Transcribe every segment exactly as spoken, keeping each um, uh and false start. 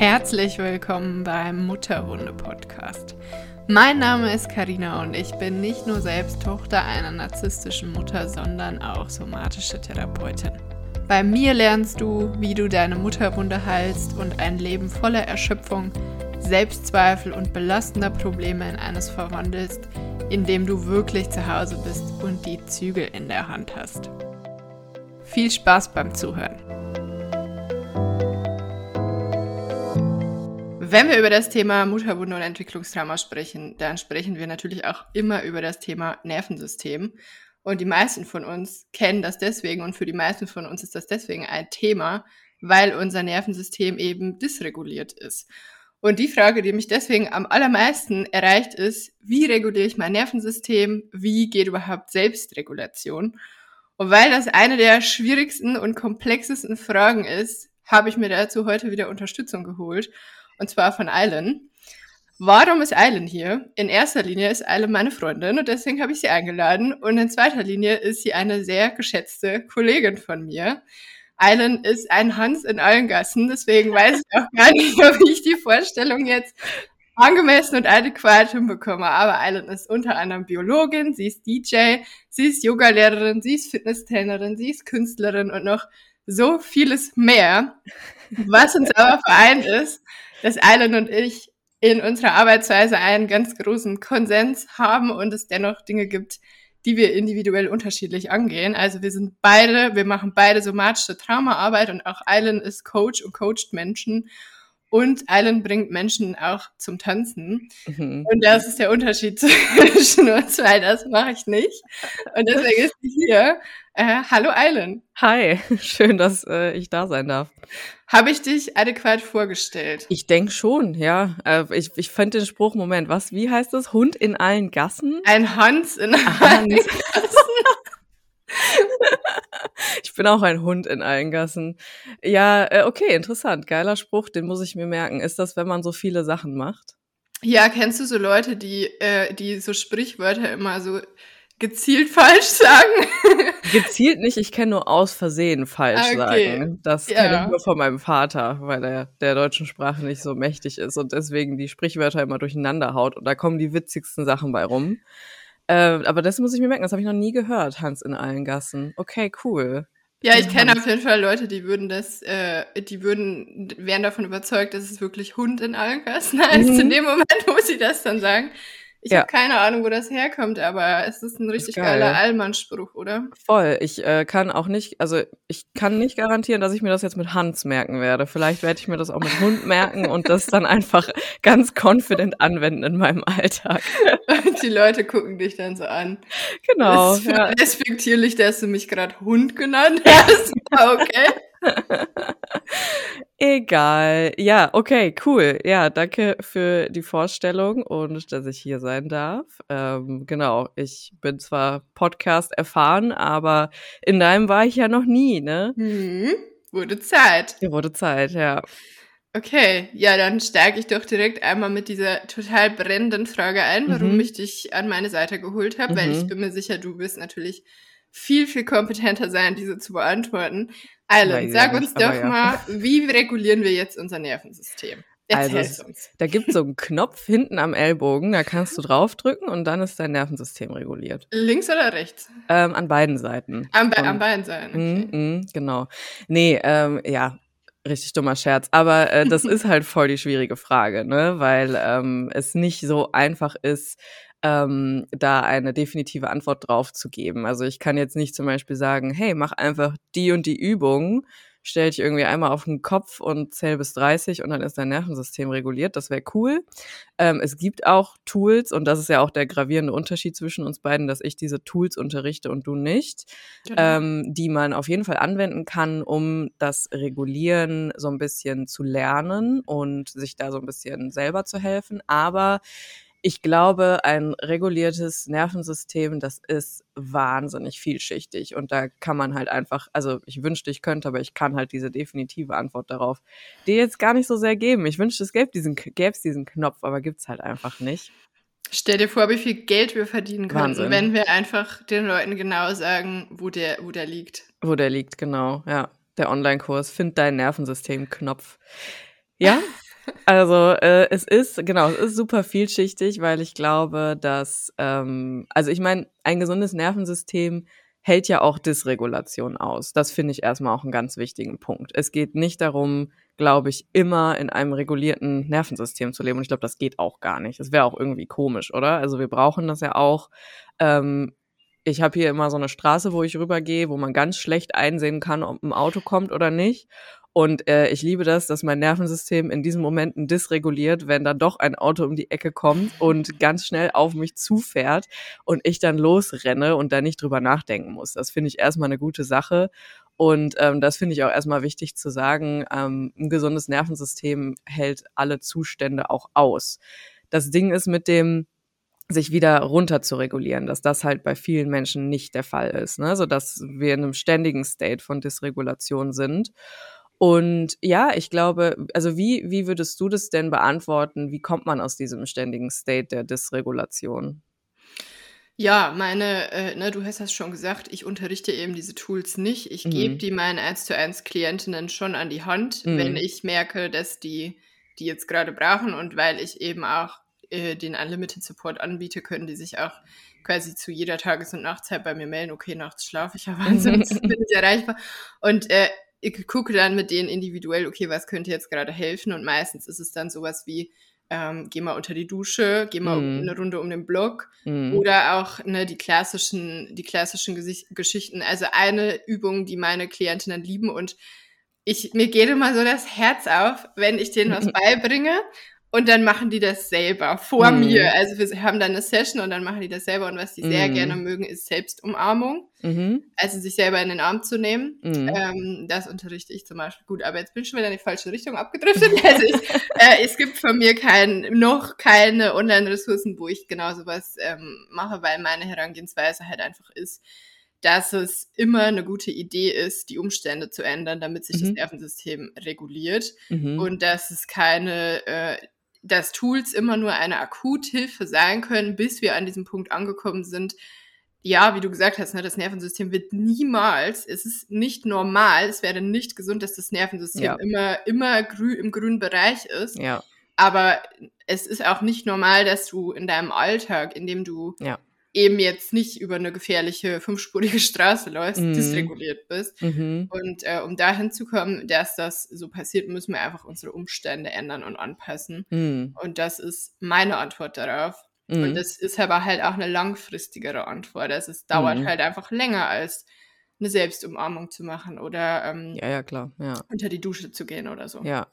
Herzlich willkommen beim Mutterwunde-Podcast. Mein Name ist Carina und ich bin nicht nur selbst Tochter einer narzisstischen Mutter, sondern auch somatische Therapeutin. Bei mir lernst du, wie du deine Mutterwunde heilst und ein Leben voller Erschöpfung, Selbstzweifel und belastender Probleme in eines verwandelst, in dem du wirklich zu Hause bist und die Zügel in der Hand hast. Viel Spaß beim Zuhören! Wenn wir über das Thema Mutterwunde und Entwicklungstrauma sprechen, dann sprechen wir natürlich auch immer über das Thema Nervensystem. Und die meisten von uns kennen das deswegen und für die meisten von uns ist das deswegen ein Thema, weil unser Nervensystem eben dysreguliert ist. Und die Frage, die mich deswegen am allermeisten erreicht, ist, wie reguliere ich mein Nervensystem? Wie geht überhaupt Selbstregulation? Und weil das eine der schwierigsten und komplexesten Fragen ist, habe ich mir dazu heute wieder Unterstützung geholt. Und zwar von Eilen. Warum ist Eilen hier? In erster Linie ist Eilen meine Freundin und deswegen habe ich sie eingeladen. Und in zweiter Linie ist sie eine sehr geschätzte Kollegin von mir. Eilen ist ein Hans in allen Gassen, deswegen weiß ich auch gar nicht, ob ich die Vorstellung jetzt angemessen und adäquat hinbekomme. Aber Eilen ist unter anderem Biologin, sie ist D J, sie ist Yogalehrerin, sie ist Fitnesstrainerin, sie ist Künstlerin und noch so vieles mehr. Was uns aber vereint ist, dass Eilen und ich in unserer Arbeitsweise einen ganz großen Konsens haben und es dennoch Dinge gibt, die wir individuell unterschiedlich angehen. Also wir sind beide, wir machen beide somatische Traumaarbeit und auch Eilen ist Coach und coacht Menschen und Eilen bringt Menschen auch zum Tanzen. Mhm. Und das ist der Unterschied zwischen uns, weil das mache ich nicht. Und deswegen ist sie hier. Äh, hallo Eilen. Hi, schön, dass äh, ich da sein darf. Habe ich dich adäquat vorgestellt? Ich denke schon, ja. Äh, ich ich fand den Spruch, Moment, was, wie heißt das? Hund in allen Gassen? Ein Hans in allen Gassen. Ich bin auch ein Hund in allen Gassen. Ja, äh, okay, interessant. Geiler Spruch, den muss ich mir merken. Ist das, wenn man so viele Sachen macht? Ja, kennst du so Leute, die, äh, die so Sprichwörter immer so gezielt falsch sagen? Gezielt nicht, ich kenne nur aus Versehen falsch okay. sagen. Das ja. kenne ich nur von meinem Vater, weil er der deutschen Sprache nicht so mächtig ist und deswegen die Sprichwörter immer durcheinander haut und da kommen die witzigsten Sachen bei rum. Äh, aber das muss ich mir merken, das habe ich noch nie gehört, Hans in allen Gassen. Okay, cool. Ja, ich kenne auf jeden Fall Leute, die würden das, äh, die würden, wären davon überzeugt, dass es wirklich Hund in allen Gassen heißt. Mhm. In dem Moment, wo sie das dann sagen. Ich ja. habe keine Ahnung, wo das herkommt, aber es ist ein richtig ist geil. geiler Allmann-Spruch, oder? Voll. Ich äh, kann auch nicht, also ich kann nicht garantieren, dass ich mir das jetzt mit Hans merken werde. Vielleicht werde ich mir das auch mit Hund merken und das dann einfach ganz confident anwenden in meinem Alltag. Und die Leute gucken dich dann so an. Genau. Es ist ja. respektierlich, dass du mich gerade Hund genannt hast. Okay. Egal. Ja, okay, cool. Ja, danke für die Vorstellung und dass ich hier sein darf. Ähm, genau, ich bin zwar Podcast erfahren, aber in deinem war ich ja noch nie, ne? Hm, wurde Zeit. Ja, wurde Zeit, ja. Okay, ja, dann steige ich doch direkt einmal mit dieser total brennenden Frage ein, warum mhm. ich dich an meine Seite geholt habe, mhm. weil ich bin mir sicher, du wirst natürlich viel, viel kompetenter sein, diese zu beantworten. Eilen, ja, sag uns doch ja. mal, wie regulieren wir jetzt unser Nervensystem? Erzähl's also, uns. Da gibt es so einen Knopf hinten am Ellbogen, da kannst du draufdrücken und dann ist dein Nervensystem reguliert. Links oder rechts? Ähm, an beiden Seiten. An, be- und, an beiden Seiten, okay. Mm, mm, genau. Nee, ähm, ja, richtig dummer Scherz. Aber äh, das ist halt voll die schwierige Frage, ne? Weil ähm, es nicht so einfach ist, ähm, da eine definitive Antwort drauf zu geben. Also ich kann jetzt nicht zum Beispiel sagen, hey, mach einfach die und die Übung, stell dich irgendwie einmal auf den Kopf und zähl bis dreißig und dann ist dein Nervensystem reguliert. Das wäre cool. Ähm, es gibt auch Tools und das ist ja auch der gravierende Unterschied zwischen uns beiden, dass ich diese Tools unterrichte und du nicht, genau. ähm, die man auf jeden Fall anwenden kann, um das Regulieren so ein bisschen zu lernen und sich da so ein bisschen selber zu helfen. Aber ich glaube, ein reguliertes Nervensystem, das ist wahnsinnig vielschichtig und da kann man halt einfach, also ich wünschte, ich könnte, aber ich kann halt diese definitive Antwort darauf dir jetzt gar nicht so sehr geben. Ich wünschte, es gäbe diesen, gäbe es diesen Knopf, aber gibt's halt einfach nicht. Stell dir vor, wie viel Geld wir verdienen könnten, wenn wir einfach den Leuten genau sagen, wo der, wo der liegt. Wo der liegt, genau, ja. Der Online-Kurs, find dein Nervensystem-Knopf. Ja? Also, äh, es ist genau, es ist super vielschichtig, weil ich glaube, dass ähm, also ich meine, ein gesundes Nervensystem hält ja auch Dysregulation aus. Das finde ich erst mal auch 'n ganz wichtigen Punkt. Es geht nicht darum, glaube ich, immer in einem regulierten Nervensystem zu leben und ich glaube, das geht auch gar nicht. Das wäre auch irgendwie komisch, oder? Also, wir brauchen das ja auch. Ähm, ich habe hier immer so 'ne Straße, wo ich rübergehe, wo man ganz schlecht einsehen kann, ob 'n Auto kommt oder nicht. Und, äh, ich liebe das, dass mein Nervensystem in diesen Momenten dysreguliert, wenn dann doch ein Auto um die Ecke kommt und ganz schnell auf mich zufährt und ich dann losrenne und da nicht drüber nachdenken muss. Das finde ich erst mal 'ne gute Sache und, ähm, das finde ich auch erst mal wichtig zu sagen, ähm, 'n gesundes Nervensystem hält alle Zustände auch aus. Das Ding ist mit dem sich wieder runter zu regulieren, dass das halt bei vielen Menschen nicht der Fall ist, ne, sodass wir in 'nem ständigen State von Dysregulation sind. Und ja, ich glaube also wie wie würdest du das denn beantworten? Wie kommt man aus diesem ständigen State der Dysregulation? Ja, meine äh, ne, du hast das schon gesagt, ich unterrichte eben diese Tools nicht. Ich gebe Mhm. die meinen eins zu eins Klientinnen schon an die Hand, wenn Mhm. ich merke, dass die die jetzt grade brauchen und weil ich eben auch, äh, den Unlimited Support anbiete, können die sich auch quasi zu jeder Tages und Nachtzeit bei mir melden. Okay, nachts schlafe ich, aber ansonsten bin ich erreichbar. Und, äh, ich gucke dann mit denen individuell: „Okay, was könnte jetzt grade helfen?“ Und meistens ist es dann so was wie, ähm: „Geh mal unter die Dusche, geh mal 'ne Mhm. Runde um den Block.“ Mhm. Oder auch, ne, die klassischen die klassischen Gesicht Geschichten. Also, eine Übung, die meine Klientinnen lieben und ich mir geht immer so das Herz auf, wenn ich denen was beibringe und dann machen die das selber vor mir. Mhm. Also, wir s haben dann 'ne Session und dann machen die das selber und was die sehr gerne Mhm. mögen, ist Selbstumarmung, Mhm. also, sich selber in den Arm zu nehmen. Mhm. Ähm, das unterrichte ich zum Beispiel gut, aber jetzt bin ich schon wieder in die falsche Richtung abgedriftet. Also, ich äh, es gibt von mir kein noch keine Online-Ressourcen, wo ich genau so was, ähm, mache, weil meine Herangehensweise halt einfach ist, dass es immer 'ne gute Idee ist, die Umstände zu ändern, damit sich das Mhm. Nervensystem reguliert Mhm. und dass es keine äh, dass Tools immer nur eine Akuthilfe sein können, bis wir an diesem Punkt angekommen sind. Ja, wie du gesagt hast, ne, das Nervensystem wird niemals es ist nicht normal, es wäre nicht gesund, dass das Nervensystem Ja. immer immer grü im grünen Bereich ist. Ja. Aber es ist auch nicht normal, dass du in deinem Alltag, in dem du Ja. eben jetzt nicht über 'ne gefährliche fünfspurige Straße läufst, Mhm. dysreguliert bist. Mhm. Und, äh, um dahin zu kommen, dass das so passiert, müssen wir einfach unsere Umstände ändern und anpassen. Mhm. Und das ist meine Antwort darauf. Und Mhm. das ist aber halt auch 'ne langfristigere Antwort. Also, es dauert Mhm. halt einfach länger, als 'ne Selbstumarmung zu machen oder, ähm, Ja, ja, klar, ja. unter die Dusche zu gehen oder so. Ja.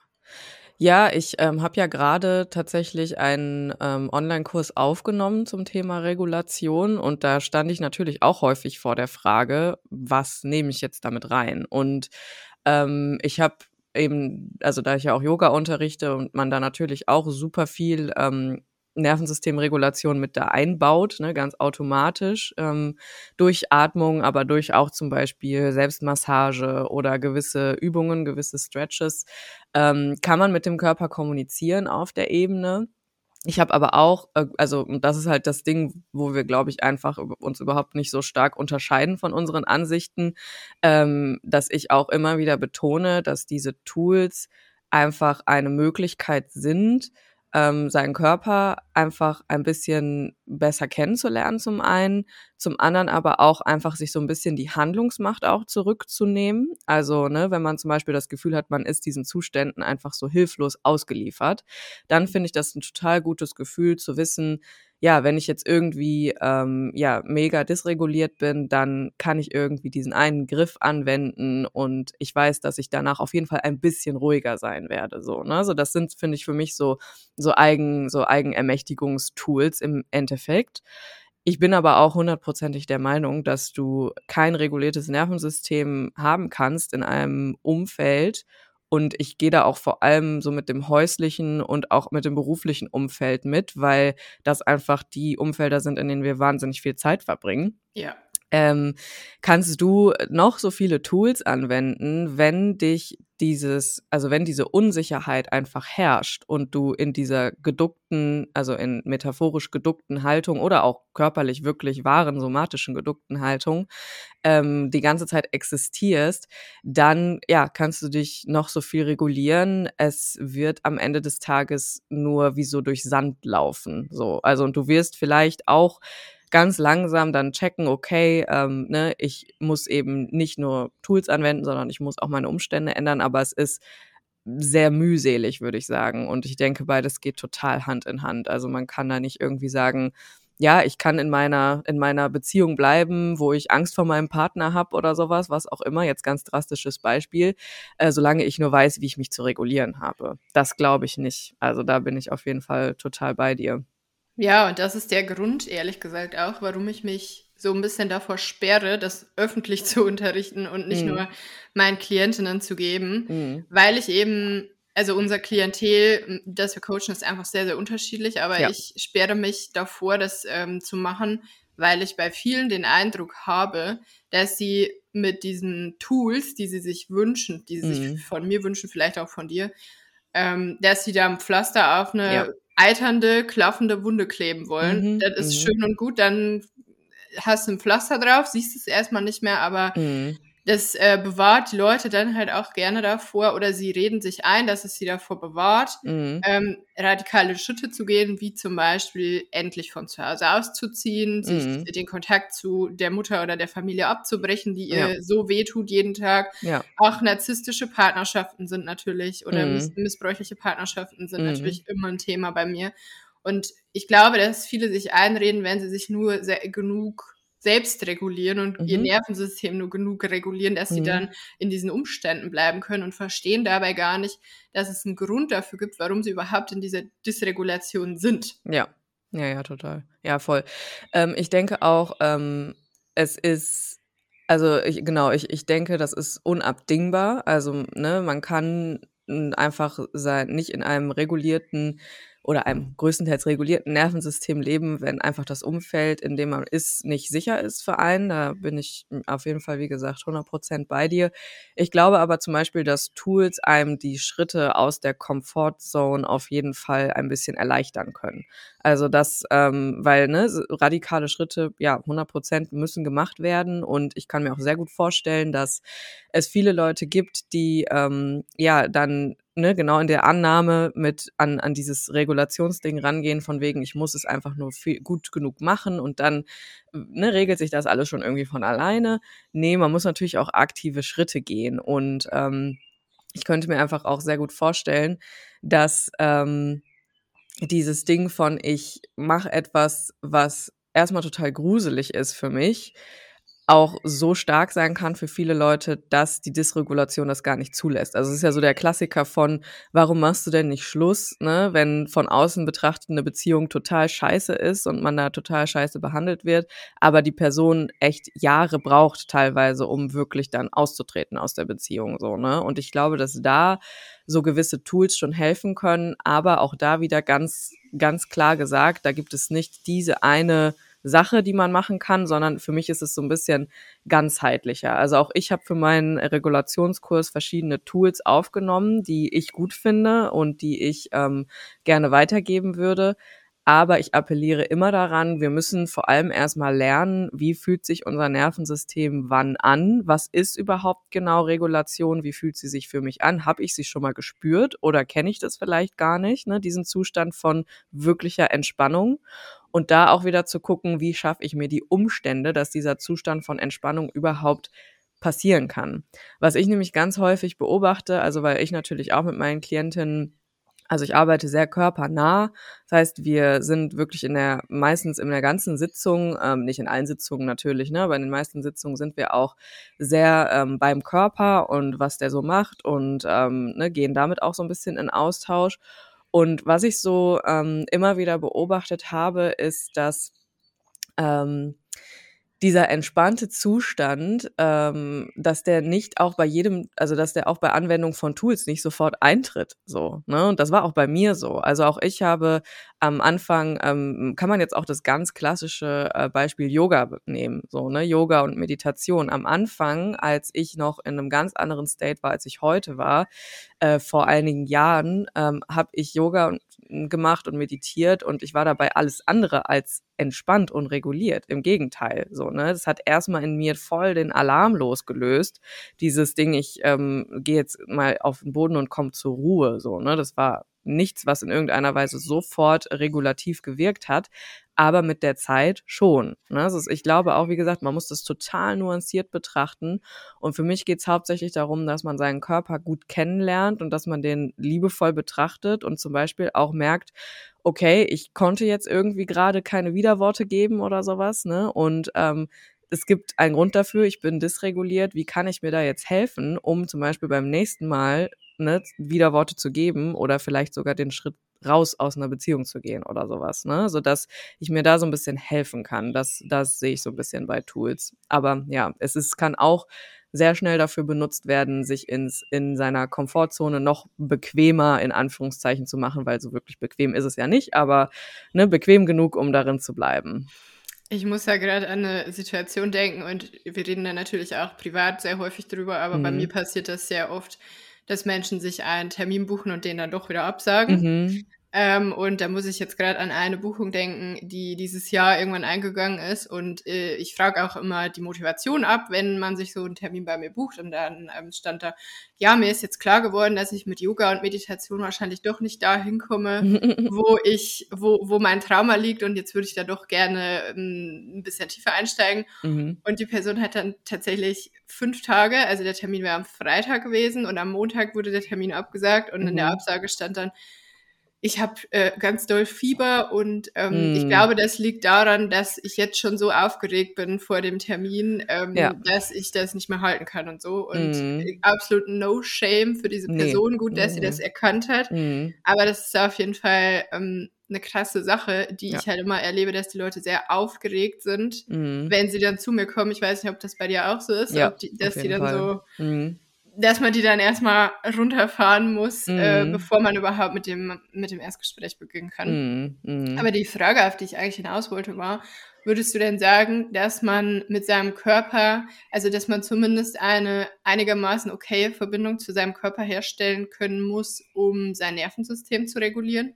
Ja, ich, ähm, habe ja grade tatsächlich einen, ähm, Onlinekurs aufgenommen zum Thema Regulation und da stand ich natürlich auch häufig vor der Frage: „Was nehme ich jetzt da mit rein?“ Und, ähm, ich habe eben also, da ich ja auch Yoga unterrichte und man da natürlich auch super viel, ähm, Nervensystemregulation mit da einbaut, ne, ganz automatisch, ähm, durch Atmung, aber durch auch zum Beispiel Selbstmassage oder gewisse Übungen, gewisse Stretches, ähm, kann man mit dem Körper kommunizieren auf der Ebene. Ich habe aber auch äh, also, und das ist halt das Ding, wo wir, glaube ich, einfach üb uns überhaupt nicht so stark unterscheiden von unseren Ansichten, ähm, dass ich auch immer wieder betone, dass diese Tools einfach eine Möglichkeit sind, ähm, seinen Körper einfach ein bisschen besser kennenzulernen zum einen, zum anderen aber auch einfach sich so 'n bisschen die Handlungsmacht auch zurückzunehmen. Also, ne, wenn man zum Beispiel das Gefühl hat, man ist diesen Zuständen einfach so hilflos ausgeliefert, dann finde ich das 'n total gutes Gefühl zu wissen: „Ja, wenn ich jetzt irgendwie, ähm, ja, mega dysreguliert bin, dann kann ich irgendwie diesen einen Griff anwenden und ich weiß, dass ich danach auf jeden Fall ein bisschen ruhiger sein werde“, so, ne? So, das sind, finde ich, für mich so so Eigen so Eigenermächtigungstools im Endeffekt. Ich bin aber auch hundertprozentig der Meinung, dass du kein reguliertes Nervensystem haben kannst in einem Umfeld und ich gehe da auch vor allem so mit dem häuslichen und auch mit dem beruflichen Umfeld mit, weil das einfach die Umfelder sind, in denen wir wahnsinnig viel Zeit verbringen. Ja. Ähm, kannst du noch so viele Tools anwenden, wenn dich dieses, also wenn diese Unsicherheit einfach herrscht und du in dieser geduckten, also in metaphorisch geduckten Haltung oder auch körperlich wirklich wahren somatischen geduckten Haltung ähm, die ganze Zeit existierst, dann ja, kannst du dich noch so viel regulieren. Es wird am Ende des Tages nur wie so durch Sand laufen. So. Also und du wirst vielleicht auch ganz langsam dann checken, okay, ähm, ne, ich muss eben nicht nur Tools anwenden, sondern ich muss auch meine Umstände ändern, aber es ist sehr mühselig, würde ich sagen. Und ich denke, beides geht total Hand in Hand. Also man kann da nicht irgendwie sagen, ja, ich kann in meiner in meiner Beziehung bleiben, wo ich Angst vor meinem Partner habe oder sowas, was auch immer, jetzt ganz drastisches Beispiel, äh, solange ich nur weiß, wie ich mich zu regulieren habe. Das glaube ich nicht. Also da bin ich auf jeden Fall total bei dir. Ja, und das ist der Grund, ehrlich gesagt auch, warum ich mich so ein bisschen davor sperre, das öffentlich zu unterrichten und nicht Mhm. nur meinen Klientinnen zu geben, Mhm. weil ich eben also unser Klientel, hm, das wir coachen, ist einfach sehr, sehr unterschiedlich, aber Ja. ich sperre mich davor, das, ähm, zu machen, weil ich bei vielen den Eindruck habe, dass sie mit diesen Tools, die sie sich wünschen, die sie sich Mhm. von mir wünschen, vielleicht auch von dir, ähm, dass sie da 'n Pflaster auf Ja. eine eiternde, klaffende Wunde kleben wollen. Mhm. Das ist Mhm. schön und gut, dann hast du 'n Pflaster drauf, siehst es erst mal nicht mehr, aber Mhm. das, äh, bewahrt die Leute dann halt auch gerne davor oder sie reden sich ein, dass es sie davor bewahrt, Mhm. ähm, radikale Schritte zu gehen, wie zum Beispiel endlich von zu Hause auszuziehen, sich Mhm. den Kontakt zu der Mutter oder der Familie abzubrechen, die Ja. ihr so wehtut jeden Tag. Ja. Auch narzisstische Partnerschaften sind natürlich oder miss Mhm. missbräuchliche Partnerschaften sind Mhm. natürlich immer 'n Thema bei mir. Und ich glaube, dass viele sich einreden, wenn sie sich nur se genug selbst regulieren und ihr Mhm. Nervensystem nur genug regulieren, dass sie Mhm. dann in diesen Umständen bleiben können und verstehen dabei gar nicht, dass es 'n Grund dafür gibt, warum sie überhaupt in dieser Dysregulation sind. Ja. Ja, ja, total. Ja, voll. Ähm, ich denke auch, ähm, es ist also, ich genau, ich ich denke, das ist unabdingbar. Also, ne, man kann, hm, einfach sei nicht in einem regulierten oder einem größtenteils regulierten Nervensystem leben, wenn einfach das Umfeld, in dem man ist, nicht sicher ist für einen. Da bin ich, hm, auf jeden Fall, wie gesagt, hundert Prozent bei dir. Ich glaube aber zum Beispiel, dass Tools einem die Schritte aus der Comfortzone auf jeden Fall ein bisschen erleichtern können. Also das, ähm weil, ne, s radikale Schritte, ja, hundert Prozent müssen gemacht werden und ich kann mir auch sehr gut vorstellen, dass es viele Leute gibt, die, ähm, ja, dann, ne, genau in der Annahme mit an an dieses Regulationsding rangehen, von wegen: „Ich muss es einfach nur viel gut genug machen und dann, ne, regelt sich das alles schon irgendwie von alleine.“ Ne, man muss natürlich auch aktive Schritte gehen und, ähm, ich könnte mir einfach auch sehr gut vorstellen, dass, ähm dieses Ding von: „Ich mache etwas, was erstmal total gruselig ist für mich“, auch so stark sein kann für viele Leute, dass die Dysregulation das gar nicht zulässt. Also, es ist ja so der Klassiker von: „Warum machst du denn nicht Schluss“, ne, wenn von außen betrachtet 'ne Beziehung total scheiße ist und man da total scheiße behandelt wird, aber die Person echt Jahre braucht teilweise, um wirklich dann auszutreten aus der Beziehung so, ne? Und ich glaube, dass da so gewisse Tools schon helfen können, aber auch da wieder ganz ganz klar gesagt, da gibt es nicht diese eine Sache, die man machen kann, sondern für mich ist es so 'n bisschen ganzheitlicher. Also, auch ich habe für meinen Regulationskurs verschiedene Tools aufgenommen, die ich gut finde und die ich, ähm, gerne weitergeben würde. Aber ich appelliere immer daran, wir müssen vor allem erst mal lernen, wie fühlt sich unser Nervensystem wann an? Was ist überhaupt genau Regulation? Wie fühlt sie sich für mich an? Habe ich sie schon mal gespürt oder kenne ich das vielleicht gar nicht, ne, diesen Zustand von wirklicher Entspannung? Und da auch wieder zu gucken, wie schaffe ich mir die Umstände, dass dieser Zustand von Entspannung überhaupt passieren kann. Was ich nämlich ganz häufig beobachte, also, weil ich natürlich auch mit meinen Klientinnen also, ich arbeite sehr körpernah. Das heißt, wir sind wirklich in der meistens in der ganzen Sitzung ähm, nicht in allen Sitzungen natürlich, ne, aber in den meisten Sitzungen sind wir auch sehr, ähm, beim Körper und was der so macht und, ähm, ne, gehen damit auch so 'n bisschen in Austausch. Und was ich so, ähm, immer wieder beobachtet habe, ist, dass, ähm dieser entspannte Zustand, ähm, dass der nicht auch bei jedem also, dass der auch bei Anwendung von Tools nicht sofort eintritt so, ne? Und das war auch bei mir so. Also, auch ich habe am Anfang, ähm kann man jetzt auch das ganz klassische, äh, Beispiel Yoga b nehmen, so, ne? Yoga und Meditation. Am Anfang, als ich noch in 'nem ganz anderen State war, als ich heute war, äh, vor einigen Jahren, ähm, habe ich Yoga und gemacht und meditiert und ich war dabei alles andere als entspannt und reguliert. Im Gegenteil, so, ne? Das hat erst mal in mir voll den Alarm losgelöst, dieses Ding, ich, ähm, gehe jetzt mal auf 'n Boden und komme zur Ruhe, so, ne? Das war nichts, was in irgendeiner Weise sofort regulativ gewirkt hat, aber mit der Zeit schon, ne? Also, ich glaube auch, wie gesagt, man muss das total nuanciert betrachten und für mich geht's hauptsächlich darum, dass man seinen Körper gut kennenlernt und dass man den liebevoll betrachtet und zum Beispiel auch merkt: „Okay, ich konnte jetzt irgendwie grade keine Widerworte geben“ oder so was, ne? Und, ähm, es gibt einen Grund dafür, ich bin dysreguliert. Wie kann ich mir da jetzt helfen, um zum Beispiel beim nächsten Mal, ne, Widerworte zu geben oder vielleicht sogar den Schritt raus aus 'ner Beziehung zu gehen oder so was, ne? Sodass ich mir da so 'n bisschen helfen kann. Das das sehe ich so 'n bisschen bei Tools. Aber ja, es ist kann auch sehr schnell dafür benutzt werden, sich ins in seiner Komfortzone noch bequemer in Anführungszeichen zu machen, weil so wirklich bequem ist es ja nicht, aber, ne, bequem genug, um darin zu bleiben. Ich muss da grad an 'ne Situation denken und wir reden da natürlich auch privat sehr häufig drüber, aber bei mir Mhm. passiert das sehr oft, dass Menschen sich einen Termin buchen und den dann doch wieder absagen. Mhm. Ähm, und da muss ich jetzt grad an eine Buchung denken, die dieses Jahr irgendwann eingegangen ist und, äh, ich frage auch immer die Motivation ab, wenn man sich so 'n Termin bei mir bucht und dann, ähm, stand da: „Ja, mir ist jetzt klar geworden, dass ich mit Yoga und Meditation wahrscheinlich doch nicht dahin komme, wo ich wo wo mein Trauma liegt und jetzt würde ich da doch gerne, ähm, 'n bisschen tiefer einsteigen.“ Mhm. Und die Person hat dann tatsächlich fünf Tage also, der Termin wäre am Freitag gewesen und am Montag wurde der Termin abgesagt und in der Mhm. Absage stand dann: „Ich habe, äh, ganz doll Fieber und, ähm, ich Mhm. glaube, das liegt daran, dass ich jetzt schon so aufgeregt bin vor dem Termin, Ja. ähm, dass ich das nicht mehr halten kann“ und so. Und, Mhm. äh, absolut no shame für diese Ne, Person. Gut, ne, dass sie das ne. erkannt hat, Mhm. aber das ist auf jeden Fall, ähm, 'ne krasse Sache, die Ja. ich halt immer erlebe, dass die Leute sehr aufgeregt sind, Mhm. wenn sie dann zu mir kommen. Ich weiß nicht, ob das bei dir auch so ist, Ja, ob die auf dass die jeden dann Fall. so Mhm. dass man die dann erst mal runterfahren muss, äh, Mhm. bevor man überhaupt mit dem mit dem Erstgespräch beginnen kann. Mhm, mhm. Aber die Frage, auf die ich eigentlich hinaus wollte, war: Würdest du denn sagen, dass man mit seinem Körper also, dass man zumindest eine einigermaßen okaye Verbindung zu seinem Körper herstellen können muss, um sein Nervensystem zu regulieren?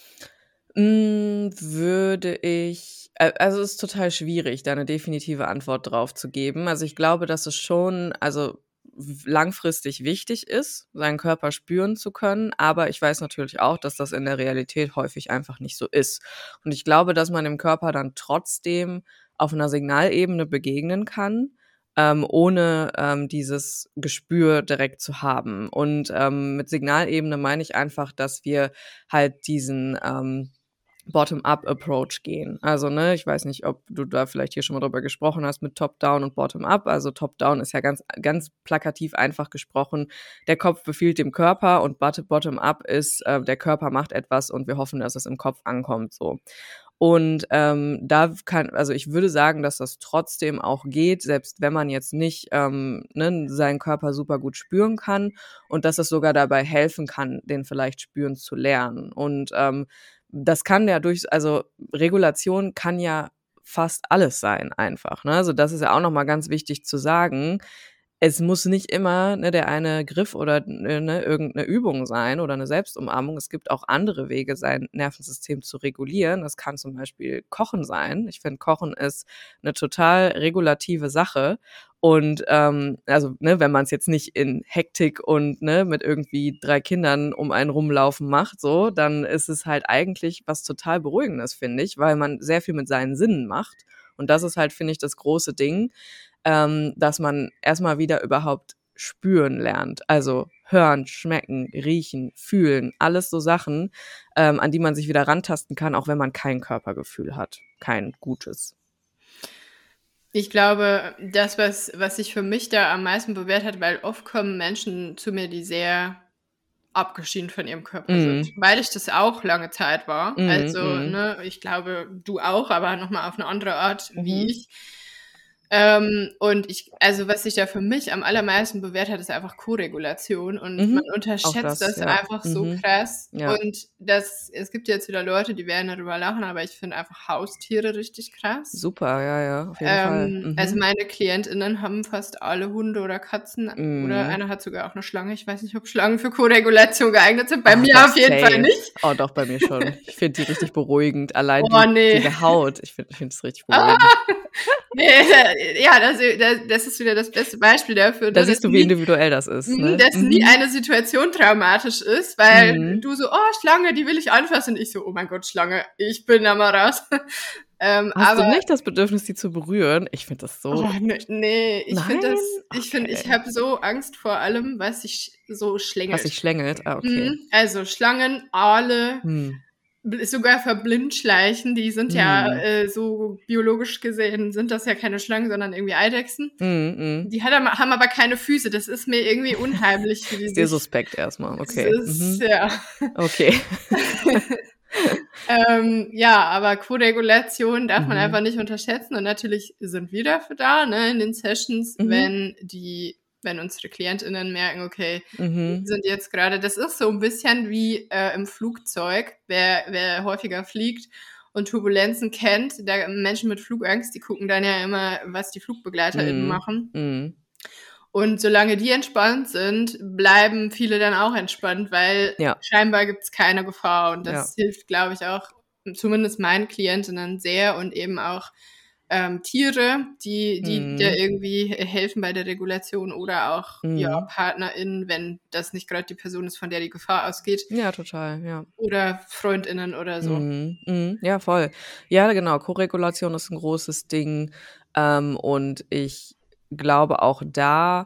Hm, würde ich a also, es ist total schwierig, da 'ne definitive Antwort drauf zu geben. Also, ich glaube, dass es schon, also, w langfristig wichtig ist, seinen Körper spüren zu können, aber ich weiß natürlich auch, dass das in der Realität häufig einfach nicht so ist. Und ich glaube, dass man dem Körper dann trotzdem auf 'ner Signalebene begegnen kann, ähm, ohne, ähm, dieses Gespür direkt zu haben. Und, ähm, mit Signalebene meine ich einfach, dass wir halt diesen, ähm, Bottom-up-Approach gehen. Also, ne, ich weiß nicht, ob du da vielleicht hier schon mal drüber gesprochen hast mit Top-down und Bottom-up. Also, Top-down ist ja ganz ganz plakativ einfach gesprochen, der Kopf befiehlt dem Körper und Bott Bottom-up ist, äh, der Körper macht etwas und wir hoffen, dass es im Kopf ankommt, so. Und, ähm, da w kann also, ich würde sagen, dass das trotzdem auch geht, selbst wenn man jetzt nicht, ähm, ne, seinen Körper super gut spüren kann und dass es sogar dabei helfen kann, den vielleicht spüren zu lernen. Und, ähm, das kann ja durch also, Regulation kann ja fast alles sein einfach, ne? Also, das ist ja auch noch mal ganz wichtig zu sagen. Es muss nicht immer, ne, der eine Griff oder, n ne, irgend 'ne Übung sein oder 'ne Selbstumarmung. Es gibt auch andere Wege, sein Nervensystem zu regulieren. Das kann zum Beispiel Kochen sein. Ich finde, Kochen ist 'ne total regulative Sache und, ähm, also, ne, wenn man's jetzt nicht in Hektik und, ne, mit irgendwie drei Kindern um einen rumlaufen macht so, dann ist es halt eigentlich was total Beruhigendes, finde ich, weil man sehr viel mit seinen Sinnen macht. Und das ist halt, finde ich, das große Ding, ähm, dass man erst mal wieder überhaupt spüren lernt. Also, hören, schmecken, riechen, fühlen, alles so Sachen, ähm, an die man sich wieder rantasten kann, auch wenn man kein Körpergefühl hat, kein gutes. Ich glaube, das, was was sich für mich da am meisten bewährt hat weil oft kommen Menschen zu mir, die sehr abgeschieden von ihrem Körper sind, Mhm. weil ich das auch lange Zeit war. Mhm, Also, mhm. ne, ich glaube, du auch, aber noch mal auf 'ne andere Art wie Mhm. ich. Ähm, und ich also, was sich da für mich am allermeisten bewährt hat, ist einfach Koregulation und man Mhm. Auch unterschätzt das, das ja. einfach so Mhm. krass. Ja. Und das es gibt jetzt wieder Leute, die werden darüber lachen, aber ich finde einfach Haustiere richtig krass. Super, ja, ja, auf jeden Fall. Ähm, also, Mhm. meine KlientInnen haben fast alle Hunde oder Katzen oder Mhm. einer hat sogar auch 'ne Schlange. Ich weiß nicht, ob Schlangen für Koregulation geeignet sind. Bei Oh, mir doch auf jeden Fall safe. nicht. Oh, doch, bei mir schon. Ich finde die richtig beruhigend. Allein Oh, die ne. diese Haut, ich finde ich finde es richtig Ah, beruhigend. ne, ja, das da das ist wieder das beste Beispiel dafür, Da ne, dass siehst du, wie nie individuell das ist, mhm, ne? dass nie Mhm. eine Situation traumatisch ist, weil Mhm. du so: „Oh, Schlange, die will ich anfassen.“ Und ich so: „Oh mein Gott, Schlange, ich bin da mal raus.“ Ähm, Hast du aber nicht das Bedürfnis, die zu berühren? Ich finde das Oh, so ne, ne, ich finde nein? das ich finde, ich Okay. habe so Angst vor allem, was sich so Was sich schlängelt. schlängelt? Ah, okay. Mhm, also, Schlangen, Aale, Mhm. bl sogar Verblindschleichen, die sind ja, Mhm. äh, so biologisch gesehen sind das ja keine Schlangen, sondern irgendwie Eidechsen. Mhm, mhm. Die hat ama haben aber keine Füße. Das ist mir irgendwie unheimlich, wie die Ist dir sich suspekt erst mal, es okay. ist Mhm. ja. Okay. Ähm, ja, aber Koregulation darf man einfach Mhm. nicht unterschätzen und natürlich sind wir dafür da, ne, in den Sessions, Mhm. wenn die wenn unsere KlientInnen merken: „Okay, wir Mhm. sind jetzt grade“ das ist so 'n bisschen wie, äh, im Flugzeug. Wer wer häufiger fliegt und Turbulenzen kennt, da Menschen mit Flugangst, die gucken dann ja immer, was die FlugbegleiterInnen Mhm. machen. Mhm. Und solange die entspannt sind, bleiben viele dann auch entspannt, weil Ja. scheinbar gibt's keine Gefahr und Ja. das hilft, glaube ich, auch zumindest meinen Klientinnen sehr und eben auch, ähm, Tiere, die die da Mhm. irgendwie helfen bei der Regulation oder auch, ja, Mhm. PartnerInnen, wenn das nicht grad die Person ist, von der die Gefahr ausgeht. Ja, total, ja. Oder FreundInnen oder so. Mhm, mhm, ja, voll. Ja, genau, Koregulation ist 'n großes Ding, ähm, und ich glaube auch da,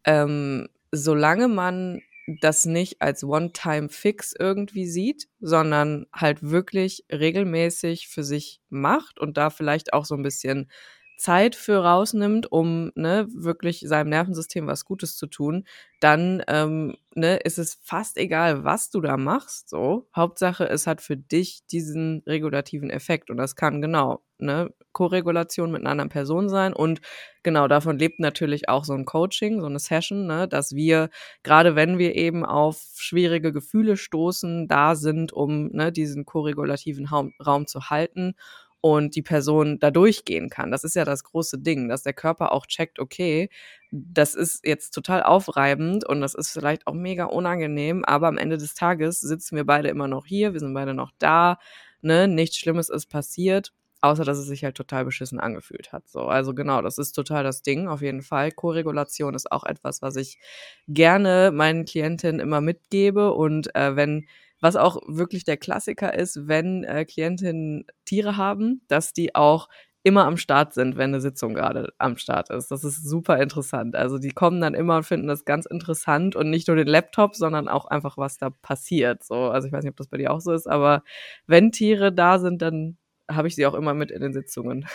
ähm, solange man das nicht als One-Time-Fix irgendwie sieht, sondern halt wirklich regelmäßig für sich macht und da vielleicht auch so 'n bisschen Zeit für rausnimmt, um, ne, wirklich seinem Nervensystem was Gutes zu tun, dann, ähm, ne, ist es fast egal, was du da machst so. Hauptsache, es hat für dich diesen regulativen Effekt und das kann genau, ne, Koregulation mit 'ner anderen Person sein und genau, davon lebt natürlich auch so 'n Coaching, so 'ne Session, ne, dass wir, grade wenn wir eben auf schwierige Gefühle stoßen, da sind, um, ne, diesen koregulativen Haum Raum zu halten und die Person da durchgehen kann. Das ist ja das große Ding, dass der Körper auch checkt: „Okay, das ist jetzt total aufreibend und das ist vielleicht auch mega unangenehm, aber am Ende des Tages sitzen wir beide immer noch hier, wir sind beide noch da, ne? Nichts Schlimmes ist passiert, außer dass es sich halt total beschissen angefühlt hat“, so. Also, genau, das ist total das Ding auf jeden Fall. Koregulation ist auch etwas, was ich gerne meinen Klientinnen immer mitgebe und, äh, wenn was auch wirklich der Klassiker ist, wenn, äh, Klientinnen Tiere haben, dass die auch immer am Start sind, wenn 'ne Sitzung grade am Start ist. Das ist super interessant. Also, die kommen dann immer und finden das ganz interessant und nicht nur den Laptop, sondern auch einfach, was da passiert, so. Also, ich weiß nicht, ob das bei dir auch so ist, aber wenn Tiere da sind, dann habe ich sie auch immer mit in den Sitzungen.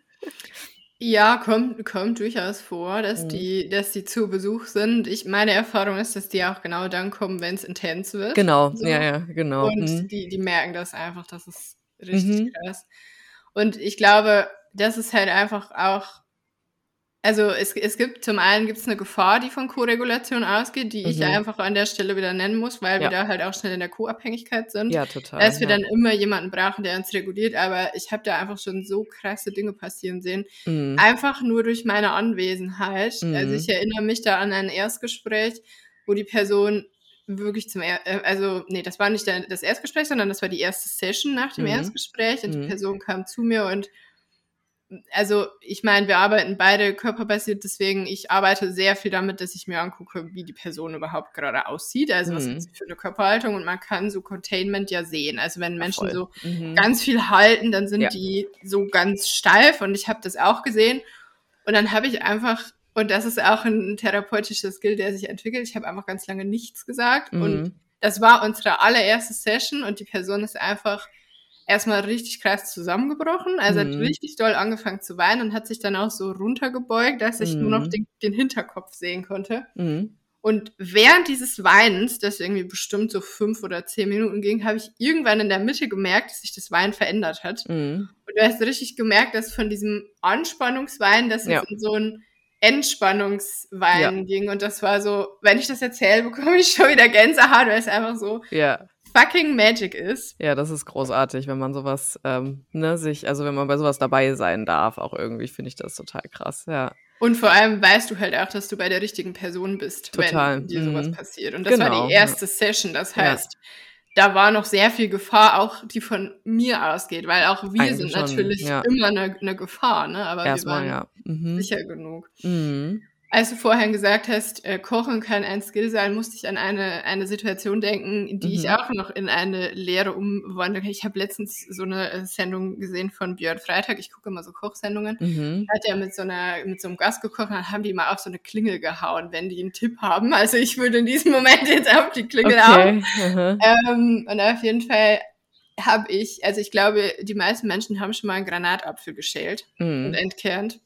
Ja, kommt kommt durchaus vor, dass Mhm. die dass die zu Besuch sind. Ich meine Erfahrung ist, dass die auch genau dann kommen, wenn's intens wird, Genau, ja, so. ja, genau. Und Mhm. die die merken das einfach, das ist richtig Mhm. krass. Und ich glaube, das ist halt einfach auch also, es es gibt zum einen gibt's 'ne Gefahr, die von Koregulation ausgeht, die ich Mhm. einfach an der Stelle wieder nennen muss, weil wir Ja. da halt auch schnell in der Co-Abhängigkeit sind, Ja, total, dass wir ja. dann immer jemanden brauchen, der uns reguliert. Aber ich habe da einfach schon so krasse Dinge passieren sehen, Mhm. einfach nur durch meine Anwesenheit. Also, ich Mhm. erinnere mich da an ein Erstgespräch, wo die Person wirklich zum er äh, also, ne, das war nicht der das Erstgespräch, sondern das war die erste Session nach dem Mhm. Erstgespräch und die Mhm. Person kam zu mir und also, ich meine, wir arbeiten beide körperbasiert, deswegen ich arbeite sehr viel damit, dass ich mir angucke, wie die Person überhaupt grade aussieht. Also, was hat Mhm. sie für 'ne Körperhaltung und man kann so Containment ja sehen. Also, wenn Ja, Menschen voll. so Mhm. ganz viel halten, dann Ja. sind die so ganz steif und ich habe das auch gesehen. Und dann habe ich einfach und das ist auch 'n therapeutischer Skill, der sich entwickelt. Ich habe einfach ganz lange nichts gesagt und Mhm. das war unsere allererste Session und die Person ist einfach erst mal richtig krass zusammengebrochen. Also, hat Mhm. richtig doll angefangen zu weinen und hat sich dann auch so runtergebeugt, dass ich nur noch Mhm. den den Hinterkopf sehen konnte. Mhm. Und während dieses Weinens, das irgendwie bestimmt so fünf oder zehn Minuten ging, habe ich irgendwann in der Mitte gemerkt, dass sich das Weinen verändert hat. Mhm. Und du hast richtig gemerkt, dass von diesem Anspannungswein, das jetzt Ja. in so ein Entspannungswein Ja. ging. Und das war so, wenn ich das erzähle, bekomme ich schon wieder Gänsehaut, weil es einfach so Ja. fucking Magic ist. Ja, das ist großartig, wenn man sowas, ähm, ne, sich, also wenn man bei sowas dabei sein darf, auch irgendwie finde ich das total krass, ja. Und vor allem weißt du halt auch, dass du bei der richtigen Person bist, Total. wenn dir sowas Mhm. passiert. Und das war Genau, die ja. erste Session. Das Ja. heißt, da war noch sehr viel Gefahr, auch die von mir ausgeht, weil auch wir Eigentlich sind schon, natürlich ja. immer eine, eine Gefahr, ne? Aber wir Erstmal, waren ja. Mhm. sicher genug. Mhm. Als du vorhin gesagt hast, äh, Kochen kann ein Skill sein, musste ich an eine, eine Situation denken, die ich Mhm. auch noch in eine Lehre umwandeln kann. Ich habe letztens so eine äh, Sendung gesehen von Björn Freitag. Ich gucke immer so Kochsendungen. Mhm. Hat er mit so einer, mit so einem Gast gekocht und dann haben die mal auf so eine Klingel gehauen, wenn die einen Tipp haben. Also ich würde in diesem Moment jetzt auf die Klingel hauen. Okay. Mhm. Ähm, und auf jeden Fall habe ich, also ich glaube, die meisten Menschen haben schon mal einen Granatapfel geschält und Mhm. entkernt.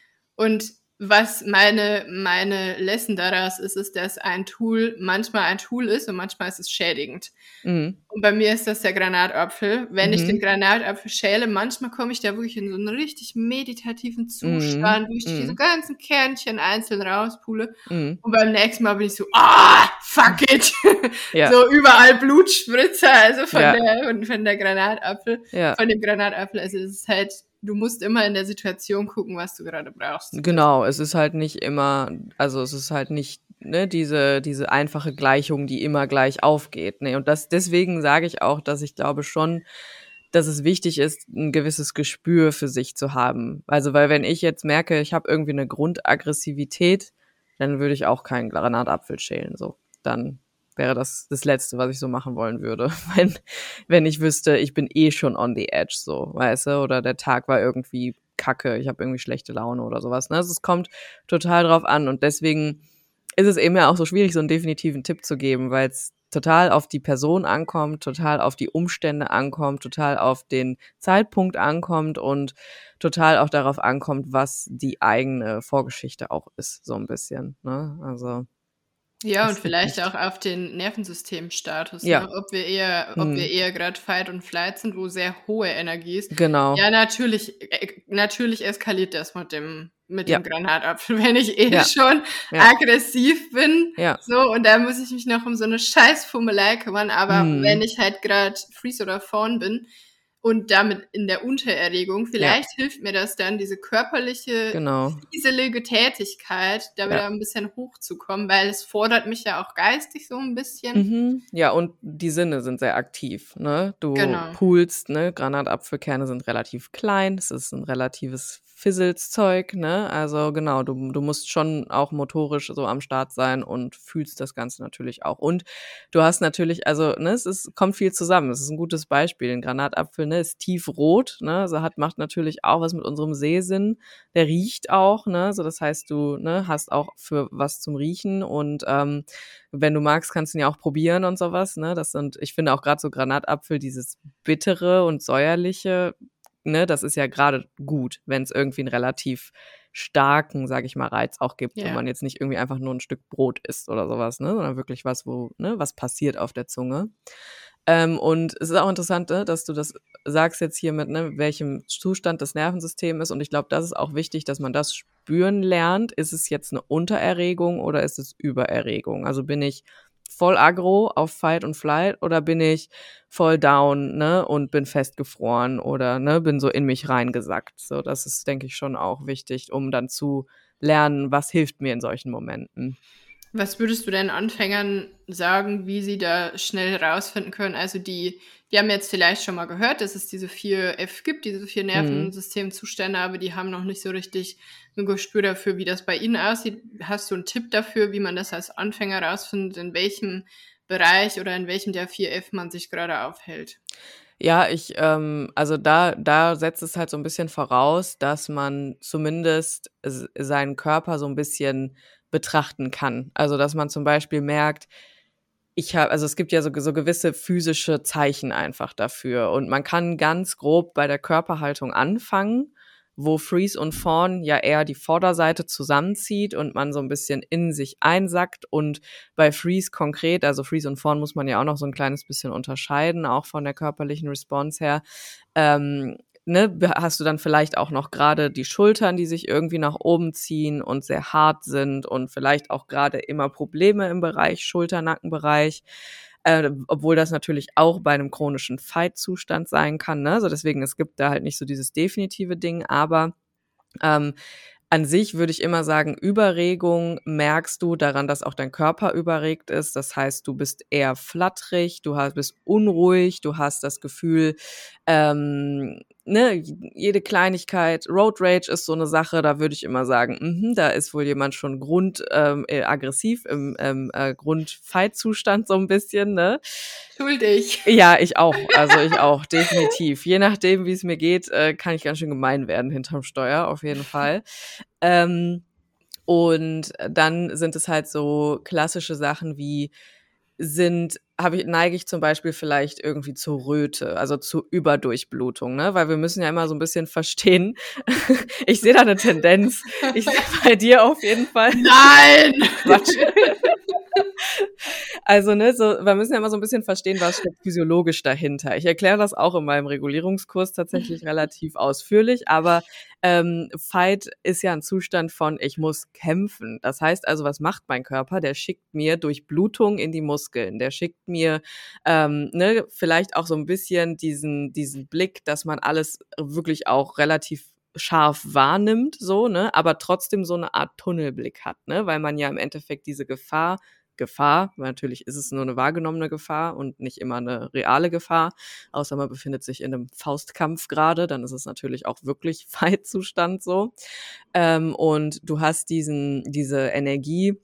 Und was meine, meine Lesson daraus ist, ist, dass ein Tool manchmal ein Tool ist und manchmal ist es schädigend. Mhm. Und bei mir ist das der Granatapfel. Wenn ich den Mhm. Granatapfel schäle, manchmal komme ich da wirklich in so einen richtig meditativen Mhm. Zustand, wo ich diese Mhm. ganzen Kernchen einzeln rauspule. Mhm. Und beim nächsten Mal bin ich so, ah, fuck it. Ja. So überall Blutspritzer, also von Ja. der, von, von der Granatapfel, Ja. von dem Granatapfel. Also es ist halt, du musst immer in der Situation gucken, was du gerade brauchst. Genau, es ist halt nicht immer, also es ist halt nicht, ne, diese, diese einfache Gleichung, die immer gleich aufgeht. Ne? Und das, deswegen sage ich auch, dass ich glaube schon, dass es wichtig ist, ein gewisses Gespür für sich zu haben. Also, weil wenn ich jetzt merke, ich habe irgendwie eine Grundaggressivität, dann würde ich auch keinen Granatapfel schälen. So, dann wäre das das Letzte, was ich so machen wollen würde, wenn, wenn ich wüsste, ich bin eh schon on the edge, so, weißt du, oder der Tag war irgendwie kacke, ich habe irgendwie schlechte Laune oder sowas. Ne? Also es kommt total drauf an und deswegen ist es eben ja auch so schwierig, so einen definitiven Tipp zu geben, weil es total auf die Person ankommt, total auf die Umstände ankommt, total auf den Zeitpunkt ankommt und total auch darauf ankommt, was die eigene Vorgeschichte auch ist, so ein bisschen. Ne? Also Ja, und es gibt vielleicht nicht. auch auf den Nervensystemstatus, Ja. ne? Ob wir eher, ob wir Hm. eher gerade Fight und Flight sind, wo sehr hohe Energie ist. Genau. Ja, natürlich, äh, natürlich eskaliert das mit dem, mit Ja. dem Granatapfel, wenn ich eh Ja. schon Ja. aggressiv bin. Ja. So, und da muss ich mich noch um so eine Scheißfummelei kümmern. Aber Hm. wenn ich halt gerade Freeze oder Fawn bin und damit in der Untererregung, vielleicht hilft mir das dann, diese körperliche, Genau. fieselige Tätigkeit, da Ja. wieder ein bisschen hochzukommen, weil es fordert mich ja auch geistig so ein bisschen. Mhm. Ja, und die Sinne sind sehr aktiv, ne? Du Genau. pulst, ne? Granatapfelkerne sind relativ klein, es ist ein relatives Fizzelszeug, ne? Also genau, du, du musst schon auch motorisch so am Start sein und fühlst das Ganze natürlich auch. Und du hast natürlich, also, ne, es ist, kommt viel zusammen. Es ist ein gutes Beispiel. Ein Granatapfel, ne, ist tiefrot, ne? Also hat, macht natürlich auch was mit unserem Sehsinn. Der riecht auch, ne? So, das heißt, du, ne, hast auch für was zum Riechen und ähm, wenn du magst, kannst du ihn ja auch probieren und sowas, ne? Das sind, ich finde auch gerade so Granatapfel, dieses bittere und säuerliche, ne, das ist ja gerade gut, wenn es irgendwie einen relativ starken, sage ich mal, Reiz auch gibt, Ja. wenn man jetzt nicht irgendwie einfach nur ein Stück Brot isst oder sowas, ne, sondern wirklich was, wo, ne, was passiert auf der Zunge. Ähm, und es ist auch interessant, ne, dass du das sagst jetzt hier mit, ne, welchem Zustand das Nervensystem ist. Und ich glaube, das ist auch wichtig, dass man das spüren lernt. Ist es jetzt eine Untererregung oder ist es Übererregung? Also bin ich voll aggro auf Fight und Flight oder bin ich voll down, ne, und bin festgefroren oder, ne, bin so in mich reingesackt. So, das ist, denke ich, schon auch wichtig, um dann zu lernen, was hilft mir in solchen Momenten. Was würdest du denn Anfängern sagen, wie sie da schnell rausfinden können? Also die, die haben jetzt vielleicht schon mal gehört, dass es diese vier F gibt, diese vier Nervensystemzustände, aber die haben noch nicht so richtig ein Gespür dafür, wie das bei ihnen aussieht. Hast du einen Tipp dafür, wie man das als Anfänger rausfindet, in welchem Bereich oder in welchem der vier F man sich gerade aufhält? Ja, ich, ähm, also da, da setzt es halt so ein bisschen voraus, dass man zumindest s- seinen Körper so ein bisschen betrachten kann. Also dass man zum Beispiel merkt, ich habe, also es gibt ja so, so gewisse physische Zeichen einfach dafür und man kann ganz grob bei der Körperhaltung anfangen. wo Freeze und Fawn ja eher die Vorderseite zusammenzieht und man so ein bisschen in sich einsackt. Und bei Freeze konkret, also Freeze und Fawn muss man ja auch noch so ein kleines bisschen unterscheiden, auch von der körperlichen Response her, ähm, ne, hast du dann vielleicht auch noch gerade die Schultern, die sich irgendwie nach oben ziehen und sehr hart sind und vielleicht auch gerade immer Probleme im Bereich Schulter-Nackenbereich. Äh, obwohl das natürlich auch bei einem chronischen Fight-Zustand sein kann, ne? Also deswegen, es gibt da halt nicht so dieses definitive Ding, aber ähm, an sich würde ich immer sagen, Überregung merkst du daran, dass auch dein Körper überregt ist. Das heißt, du bist eher flattrig, du hast, bist unruhig, du hast das Gefühl, ähm, ne, jede Kleinigkeit, Road Rage ist so eine Sache, da würde ich immer sagen, mhm, da ist wohl jemand schon grund ähm, äh, aggressiv im ähm, äh, Grund-Fight-Zustand so ein bisschen, ne? Schuldig. Ja, ich auch. Also ich auch, definitiv. Je nachdem, wie es mir geht, äh, kann ich ganz schön gemein werden hinterm Steuer, auf jeden Fall. Ähm, und dann sind es halt so klassische Sachen wie sind habe ich neige ich zum Beispiel vielleicht irgendwie zur Röte, also zu Überdurchblutung, ne? Weil wir müssen ja immer so ein bisschen verstehen. Ich sehe da eine Tendenz. Ich sehe bei dir auf jeden Fall. Nein! Quatsch. Also, ne, so, wir müssen ja immer so ein bisschen verstehen, was steckt physiologisch dahinter. Ich erkläre das auch in meinem Regulierungskurs tatsächlich relativ ausführlich, aber ähm, Fight ist ja ein Zustand von, ich muss kämpfen. Das heißt also, was macht mein Körper? Der schickt mir Durchblutung in die Muskeln. Der schickt mir, ähm, ne, vielleicht auch so ein bisschen diesen diesen Blick, dass man alles wirklich auch relativ scharf wahrnimmt, so, ne, aber trotzdem so eine Art Tunnelblick hat, ne, weil man ja im Endeffekt diese Gefahr Gefahr, weil natürlich ist es nur eine wahrgenommene Gefahr und nicht immer eine reale Gefahr, außer man befindet sich in einem Faustkampf gerade, dann ist es natürlich auch wirklich Fight-Zustand so. Ähm, und du hast diesen diese Energie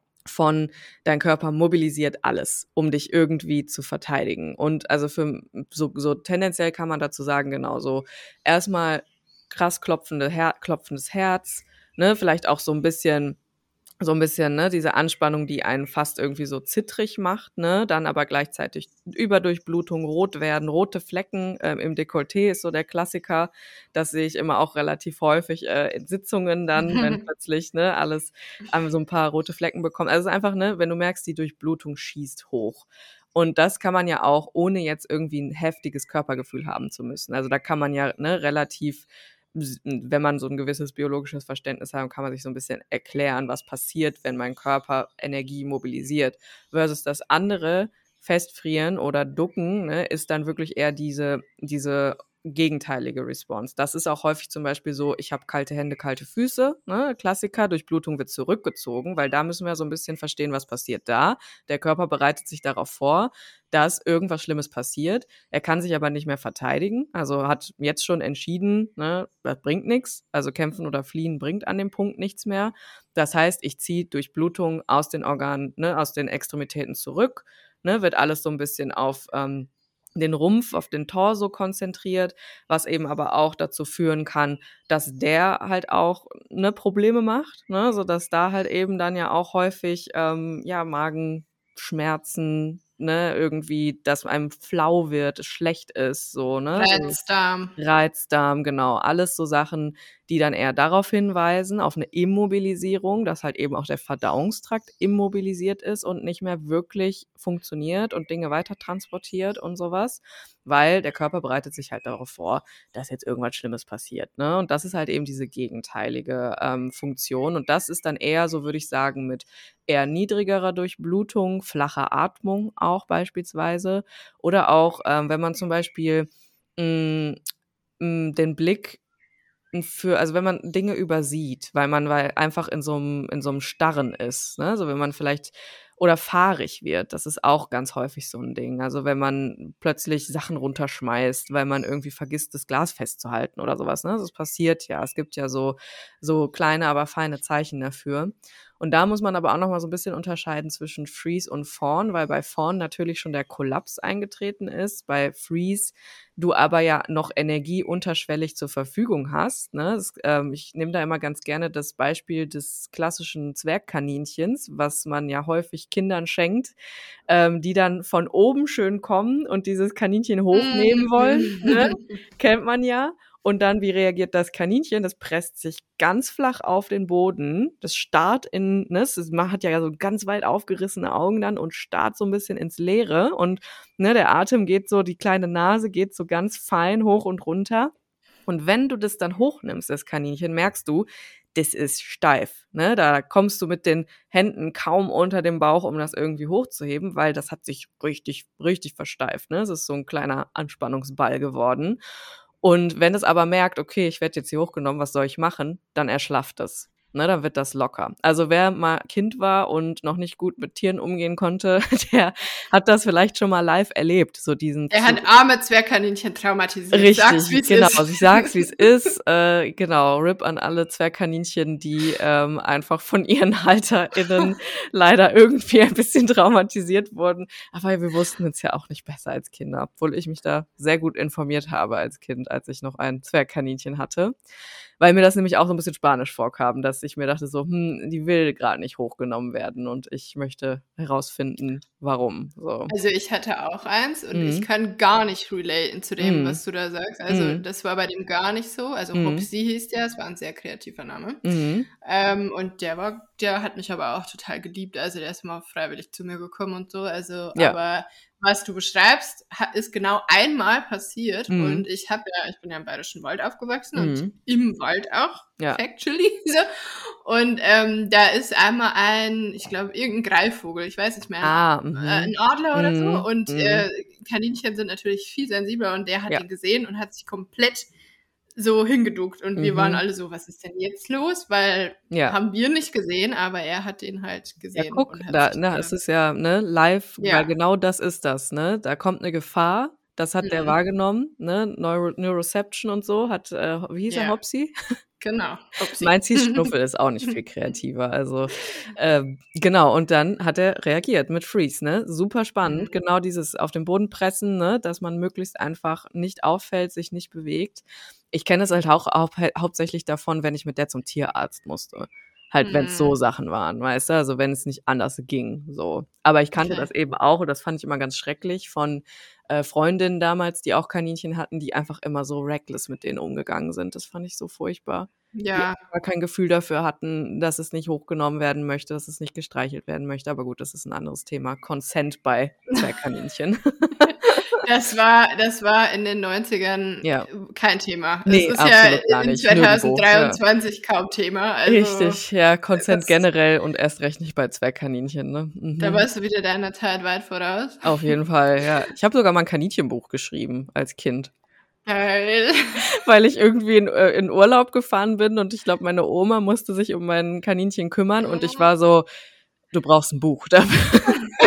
von dein Körper mobilisiert alles, um dich irgendwie zu verteidigen. Und also für so so tendenziell kann man dazu sagen, genau so erstmal krass klopfende Her klopfendes Herz, ne, vielleicht auch so ein bisschen so ein bisschen, ne, diese Anspannung, die einen fast irgendwie so zittrig macht, ne, dann aber gleichzeitig Überdurchblutung, rot werden, rote Flecken, ähm, im Dekolleté ist so der Klassiker. Das sehe ich immer auch relativ häufig, äh, in Sitzungen dann, wenn plötzlich, ne, alles ähm, so ein paar rote Flecken bekommt. Also, es ist einfach, ne, wenn du merkst, die Durchblutung schießt hoch. Und das kann man ja auch, ohne jetzt irgendwie ein heftiges Körpergefühl haben zu müssen. Also, da kann man ja, ne, relativ wenn man so ein gewisses biologisches Verständnis hat, kann man sich so ein bisschen erklären, was passiert, wenn mein Körper Energie mobilisiert. Versus das andere, Festfrieren oder Ducken, ne, ist dann wirklich eher diese diese gegenteilige Response. Das ist auch häufig zum Beispiel so, ich habe kalte Hände, kalte Füße, ne, Klassiker, Durchblutung wird zurückgezogen, weil da müssen wir so ein bisschen verstehen, was passiert da. Der Körper bereitet sich darauf vor, dass irgendwas Schlimmes passiert. Er kann sich aber nicht mehr verteidigen, also hat jetzt schon entschieden, ne, das bringt nichts. Also kämpfen oder fliehen bringt an dem Punkt nichts mehr. Das heißt, ich ziehe Durchblutung aus den Organen, ne, aus den Extremitäten zurück, ne, wird alles so ein bisschen auf ähm, den Rumpf, auf den Torso konzentriert, was eben aber auch dazu führen kann, dass der halt auch, ne, Probleme macht, ne, sodass da halt eben dann ja auch häufig, ähm, ja, Magenschmerzen, ne, irgendwie, dass einem flau wird, schlecht ist, so, ne? So Reizdarm. Reizdarm, genau. Alles so Sachen, die dann eher darauf hinweisen, auf eine Immobilisierung, dass halt eben auch der Verdauungstrakt immobilisiert ist und nicht mehr wirklich funktioniert und Dinge weiter transportiert und sowas, weil der Körper bereitet sich halt darauf vor, dass jetzt irgendwas Schlimmes passiert, ne? Und das ist halt eben diese gegenteilige, ähm, Funktion. Und das ist dann eher, so würde ich sagen, mit eher niedrigerer Durchblutung, flacher Atmung auch beispielsweise oder auch, ähm, wenn man zum Beispiel hm, hm, den Blick für also, wenn man Dinge übersieht, weil man weil einfach in so 'nem in so 'nem Starren ist, ne? So, wenn man vielleicht oder fahrig wird, das ist auch ganz häufig so 'n Ding. Also, wenn man plötzlich Sachen runterschmeißt, weil man irgendwie vergisst, das Glas festzuhalten oder so was, ne? Das passiert ja. Es gibt ja so so kleine, aber feine Zeichen dafür. Und da muss man aber auch noch mal so 'n bisschen unterscheiden zwischen Freeze und Fawn, weil bei Fawn natürlich schon der Kollaps eingetreten ist. Bei Freeze du aber ja noch Energie unterschwellig zur Verfügung hast, ne? Das, ähm, ich nehme da immer ganz gerne das Beispiel des klassischen Zwergkaninchens, was man ja häufig Kindern schenkt, ähm, die dann von oben schön kommen und dieses Kaninchen hochnehmen wollen, ne? Mhm. Kennt man ja. Und dann, wie reagiert das Kaninchen? Das presst sich ganz flach auf den Boden. Das starrt in, ne, es hat ja so ganz weit aufgerissene Augen dann und starrt so ein bisschen ins Leere. Und ne, der Atem geht so, die kleine Nase geht so ganz fein hoch und runter. Und wenn du das dann hochnimmst, das Kaninchen, merkst du, das ist steif. Ne? Da kommst du mit den Händen kaum unter dem Bauch, um das irgendwie hochzuheben, weil das hat sich richtig, richtig versteift. Ne? Es ist so ein kleiner Anspannungsball geworden. Und wenn es aber merkt, okay, ich werde jetzt hier hochgenommen, was soll ich machen, dann erschlafft es. Ne, dann wird das locker. Also wer mal Kind war und noch nicht gut mit Tieren umgehen konnte, der hat das vielleicht schon mal live erlebt, so diesen Er hat arme Zwergkaninchen traumatisiert. Richtig, sag's, wie's genau. ist. Also ich sag's, wie es ist. Äh, genau, R I P an alle Zwergkaninchen, die ähm, einfach von ihren HalterInnen leider irgendwie ein bisschen traumatisiert wurden. Aber wir wussten es ja auch nicht besser als Kinder, obwohl ich mich da sehr gut informiert habe als Kind, als ich noch ein Zwergkaninchen hatte. Weil mir das nämlich auch so ein bisschen spanisch vorkam, dass ich mir dachte so, hm, die will gerade nicht hochgenommen werden und ich möchte herausfinden, warum. So. Also ich hatte auch eins und Mhm. ich kann gar nicht relaten zu dem, Mhm. was du da sagst. Also Mhm. das war bei dem gar nicht so. Also Mhm. Hopsi hieß der, es war ein sehr kreativer Name. Mhm. Ähm, und der war, der hat mich aber auch total geliebt. Also der ist mal freiwillig zu mir gekommen und so. Also, Ja. aber was du beschreibst, ha- ist genau einmal passiert. Mhm. Und ich habe ja, ich bin ja im Bayerischen Wald aufgewachsen Mhm. und im Wald auch, Ja. factually. So. Und ähm, da ist einmal ein, ich glaube, irgendein Greifvogel, ich weiß nicht mehr, ein, Ah, mhm. äh, ein Adler oder so. Mhm. Und Mhm. äh, Kaninchen sind natürlich viel sensibler und der hat Ja. den gesehen und hat sich komplett so hingeduckt. Und wir Mhm. waren alle so, was ist denn jetzt los? Weil Ja. haben wir nicht gesehen, aber er hat den halt Ja, gesehen guck, und hat da, sich ne, total- es ist ja, ne, live, weil Ja. genau das ist das, ne? Da kommt eine Gefahr, das hat der Mhm. wahrgenommen, ne? Neuro Neuroception und so hat, äh, wie hieß er, Ja. Hopsi? Genau. Upsi. Meins hieß Schnuffel, ist auch nicht viel kreativer. Also, ähm, genau, und dann hat er reagiert mit Freeze, ne? Super spannend. Mhm. Genau dieses auf den Boden pressen, ne? Dass man möglichst einfach nicht auffällt, sich nicht bewegt. Ich kenne es halt auch hau hauptsächlich davon, wenn ich mit der zum Tierarzt musste. Halt, wenn es so Mhm. Sachen waren, weißt du? Also, wenn es nicht anders ging, so. Aber ich kannte Okay. das eben auch und das fand ich immer ganz schrecklich von äh, Freundinnen damals, die auch Kaninchen hatten, die einfach immer so reckless mit denen umgegangen sind. Das fand ich so furchtbar. Die Ja. gar kein Gefühl dafür hatten, dass es nicht hochgenommen werden möchte, dass es nicht gestreichelt werden möchte. Aber gut, das ist ein anderes Thema. Consent bei Zwergkaninchen. Das war, das war in den neunzigern Ja. kein Thema. Nee, es ist absolut ja gar in nicht. Nirgendwo, zweitausenddreiundzwanzig kaum Thema. Also Richtig, ja, Consent das, generell und erst recht nicht bei Zwergkaninchen, ne? da Mhm. warst du wieder deiner Zeit weit voraus. Auf jeden Fall, ja. Ich habe sogar mal ein Kaninchenbuch geschrieben als Kind, Geil. weil ich irgendwie in, äh, in Urlaub gefahren bin und ich glaube, meine Oma musste sich um mein Kaninchen kümmern und ich war so, du brauchst ein Buch dafür.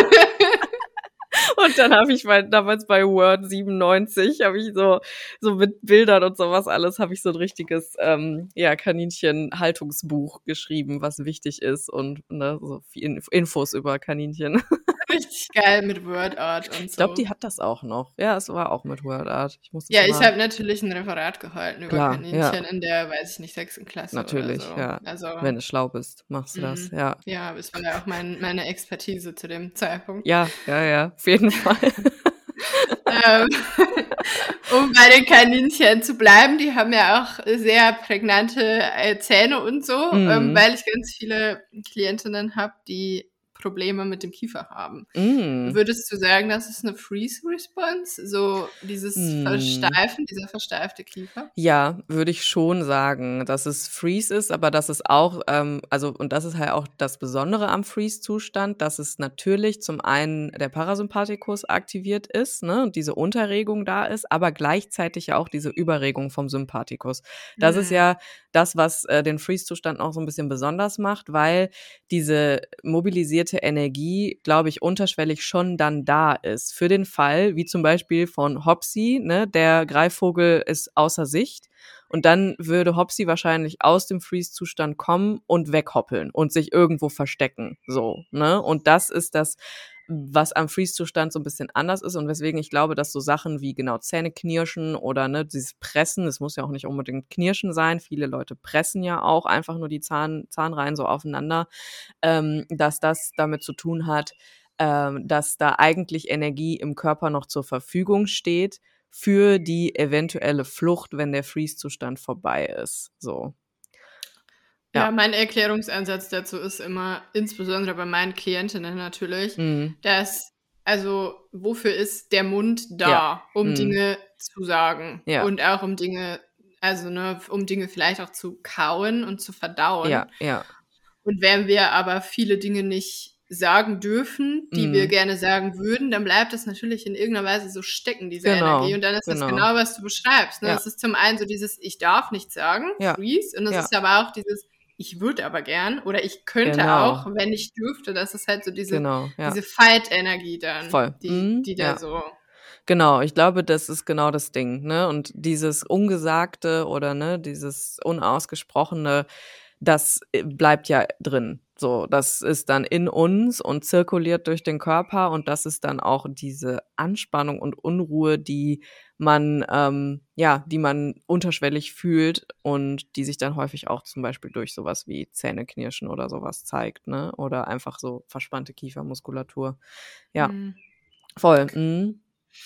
Und dann habe ich mal damals bei Word siebenundneunzig habe ich so so mit Bildern und sowas alles habe ich so ein richtiges ähm, ja Kaninchen-Haltungsbuch geschrieben, was wichtig ist und ne, so viel Infos über Kaninchen. Richtig geil mit WordArt und so. Ich glaube, die hat das auch noch. Ja, es war auch mit WordArt. Ich muss das Ja, ich mal. habe natürlich ein Referat gehalten über Klar, ja. Kaninchen in der, weiß ich nicht, sechsten Klasse Natürlich, oder so. ja. Also, Wenn du schlau bist, machst du das, mhm. ja. Ja, das war ja auch mein, meine Expertise zu dem Zeitpunkt. Ja, ja, ja, auf jeden Fall. ähm, um bei den Kaninchen zu bleiben, die haben ja auch sehr prägnante äh, Zähne und so, Mhm. ähm, weil ich ganz viele Klientinnen habe, die Probleme mit dem Kiefer haben. Mm. Würdest du sagen, das ist eine Freeze-Response? So dieses Mm. Versteifen, dieser versteifte Kiefer? Ja, würde ich schon sagen, dass es Freeze ist, aber dass es auch, ähm, also und das ist halt auch das Besondere am Freeze-Zustand, dass es natürlich zum einen der Parasympathikus aktiviert ist, ne, und diese Unterregung da ist, aber gleichzeitig ja auch diese Überregung vom Sympathikus. Das ist Mhm. ja das, was äh, den Freeze-Zustand auch so ein bisschen besonders macht, weil diese mobilisierte Energie, glaube ich, unterschwellig schon dann da ist. Für den Fall, wie zum Beispiel von Hopsi, ne, der Greifvogel ist außer Sicht und dann würde Hopsi wahrscheinlich aus dem Freeze-Zustand kommen und weghoppeln und sich irgendwo verstecken, so, ne? Und das ist das, was am Freeze-Zustand so ein bisschen anders ist und weswegen ich glaube, dass so Sachen wie genau Zähneknirschen oder ne, dieses Pressen, es muss ja auch nicht unbedingt Knirschen sein, viele Leute pressen ja auch einfach nur die Zahn, Zahnreihen so aufeinander, ähm, dass das damit zu tun hat, ähm, dass da eigentlich Energie im Körper noch zur Verfügung steht für die eventuelle Flucht, wenn der Freeze-Zustand vorbei ist, so. Ja, Ja. mein Erklärungsansatz dazu ist immer, insbesondere bei meinen Klientinnen natürlich, Mhm. dass also, wofür ist der Mund Ja. da? Um Mhm. Dinge zu sagen Ja. und auch um Dinge also, ne, um Dinge vielleicht auch zu kauen und zu verdauen. Ja, ja. Und wenn wir aber viele Dinge nicht sagen dürfen, die wir Mhm. gerne sagen würden, dann bleibt das natürlich in irgendeiner Weise so stecken, diese Genau, Energie. Und dann ist das genau. genau, was du beschreibst, ne? Ja. Es ist zum einen so dieses: „Ich darf nichts sagen“, Ja, Freeze. Und es ja. ist aber auch dieses: „Ich würde aber gern“ oder „Ich könnte Genau. auch, wenn ich dürfte.“ Das ist halt so diese Genau, ja. diese Fight-Energie dann, Voll. die Mhm, die da ja. so Genau, ich glaube, das ist genau das Ding, ne? Und dieses Ungesagte oder, ne, dieses Unausgesprochene, das, äh, bleibt ja drin. So, das ist dann in uns und zirkuliert durch den Körper und das ist dann auch diese Anspannung und Unruhe, die man ähm, ja, die man unterschwellig fühlt und die sich dann häufig auch zum Beispiel durch so was wie Zähneknirschen oder so was zeigt, ne? Oder einfach so verspannte Kiefermuskulatur. Ja. Mhm. Voll. Mhm.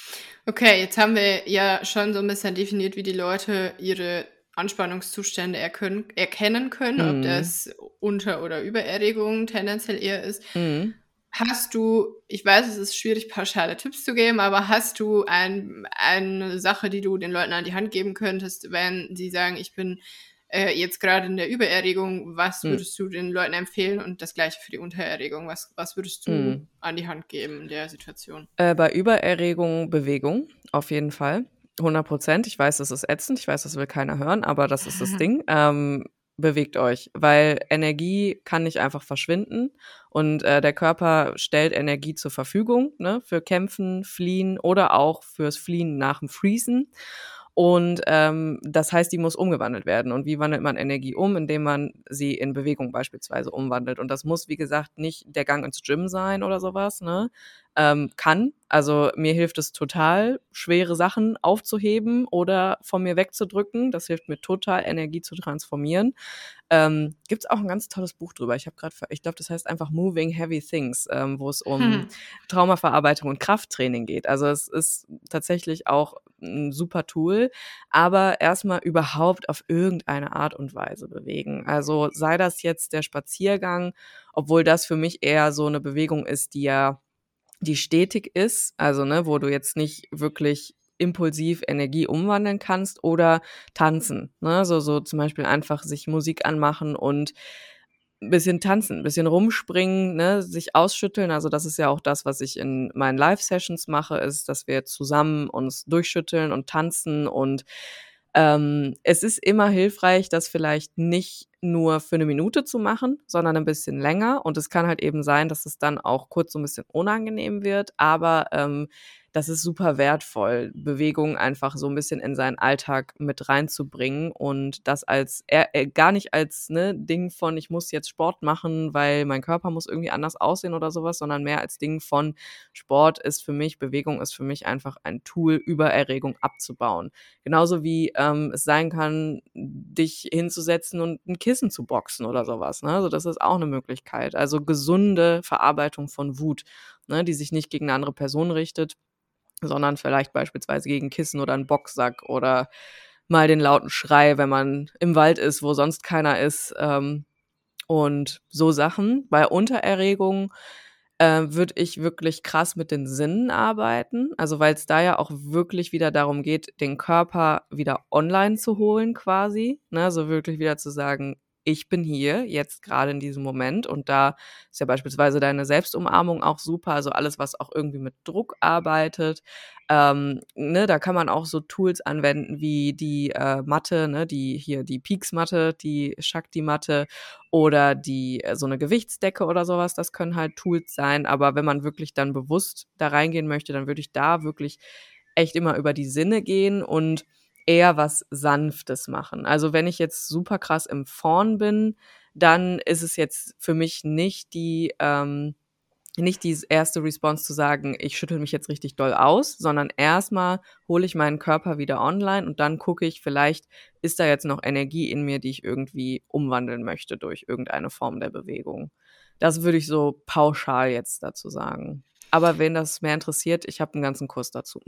Okay, jetzt haben wir ja schon so 'n bisschen definiert, wie die Leute ihre Anspannungszustände erkönn erkennen können, ob Mhm. das Unter oder Übererregung tendenziell eher ist. Mhm. Hast du ich weiß, es ist schwierig, pauschale Tipps zu geben, aber hast du ein eine Sache, die du den Leuten an die Hand geben könntest, wenn sie sagen: „Ich bin, äh, jetzt grade in der Übererregung“, was Mhm. würdest du den Leuten empfehlen? Und das Gleiche für die Untererregung. Was was würdest du Mhm. an die Hand geben in der Situation? Äh, bei Übererregung Bewegung, auf jeden Fall, hundert Prozent. Ich weiß, das ist ätzend, ich weiß, das will keiner hören, aber das ist das Ding. Ähm, bewegt euch, weil Energie kann nicht einfach verschwinden und, äh, der Körper stellt Energie zur Verfügung, ne, für Kämpfen, Fliehen oder auch fürs Fliehen nach'm Freezen. Und, ähm, das heißt, die muss umgewandelt werden. Und wie wandelt man Energie um? Indem man sie in Bewegung beispielsweise umwandelt. Und das muss, wie gesagt, nicht der Gang ins Gym sein oder so was, ne? Ähm, kann. Also, mir hilft es total, schwere Sachen aufzuheben oder von mir wegzudrücken. Das hilft mir total, Energie zu transformieren. Ähm, gibt's auch 'n ganz tolles Buch drüber. Ich habe grad ver ich glaube, das heißt einfach „Moving Heavy Things“, ähm, wo es um Traumaverarbeitung und Krafttraining geht. Also, es ist tatsächlich auch 'n super Tool, aber erst mal überhaupt auf irgendeine Art und Weise bewegen. Also, sei das jetzt der Spaziergang, obwohl das für mich eher so 'ne Bewegung ist, die ja die stetig ist, also, ne, wo du jetzt nicht wirklich impulsiv Energie umwandeln kannst oder tanzen, ne? So so zum Beispiel einfach sich Musik anmachen und 'n bisschen tanzen, 'n bisschen rumspringen, ne, sich ausschütteln. Also, das ist ja auch das, was ich in meinen Live-Sessions mache, ist, dass wir zusammen uns durchschütteln und tanzen und, ähm, es ist immer hilfreich, das vielleicht nicht nur für 'ne Minute zu machen, sondern 'n bisschen länger. Und es kann halt eben sein, dass es dann auch kurz so 'n bisschen unangenehm wird, aber, ähm, das ist super wertvoll, Bewegung einfach so 'n bisschen in seinen Alltag mit reinzubringen und das als eher äh, gar nicht als, ne, Ding von: „Ich muss jetzt Sport machen, weil mein Körper muss irgendwie anders aussehen“ oder so was, sondern mehr als Ding von: „Sport ist für mich Bewegung ist für mich einfach ein Tool, Übererregung abzubauen.“ Genauso wie, ähm, es sein kann, dich hinzusetzen und 'n Kissen zu boxen oder so was, ne? Also, das ist auch 'ne Möglichkeit. Also, gesunde Verarbeitung von Wut, ne, die sich nicht gegen 'ne andere Person richtet, sondern vielleicht beispielsweise gegen 'n Kissen oder 'n Boxsack oder mal den lauten Schrei, wenn man im Wald ist, wo sonst keiner ist, ähm, und so Sachen. Bei Untererregung, äh, würde ich wirklich krass mit den Sinnen arbeiten, also, weil's da ja auch wirklich wieder darum geht, den Körper wieder online zu holen quasi, ne? So wirklich wieder zu sagen: „Ich bin hier, jetzt grade in diesem Moment.“ Und da ist ja beispielsweise deine Selbstumarmung auch super, also, alles, was auch irgendwie mit Druck arbeitet. Ähm, ne, da kann man auch so Tools anwenden wie die, äh, Matte, ne, die hier die Peaks-Matte, die Shakti-Matte oder die äh, so 'ne Gewichtsdecke oder so was. Das können halt Tools sein, aber wenn man wirklich dann bewusst da reingehen möchte, dann würde ich da wirklich echt immer über die Sinne gehen und eher was Sanftes machen. Also, wenn ich jetzt super krass im Vorn bin, dann ist es jetzt für mich nicht die ähm, nicht die s erste Response zu sagen: „Ich schüttle mich jetzt richtig doll aus“, sondern erst mal hole ich meinen Körper wieder online und dann gucke ich, vielleicht ist da jetzt noch Energie in mir, die ich irgendwie umwandeln möchte durch irgendeine Form der Bewegung. Das würde ich so pauschal jetzt dazu sagen. Aber wen das mehr interessiert, ich habe einen ganzen Kurs dazu.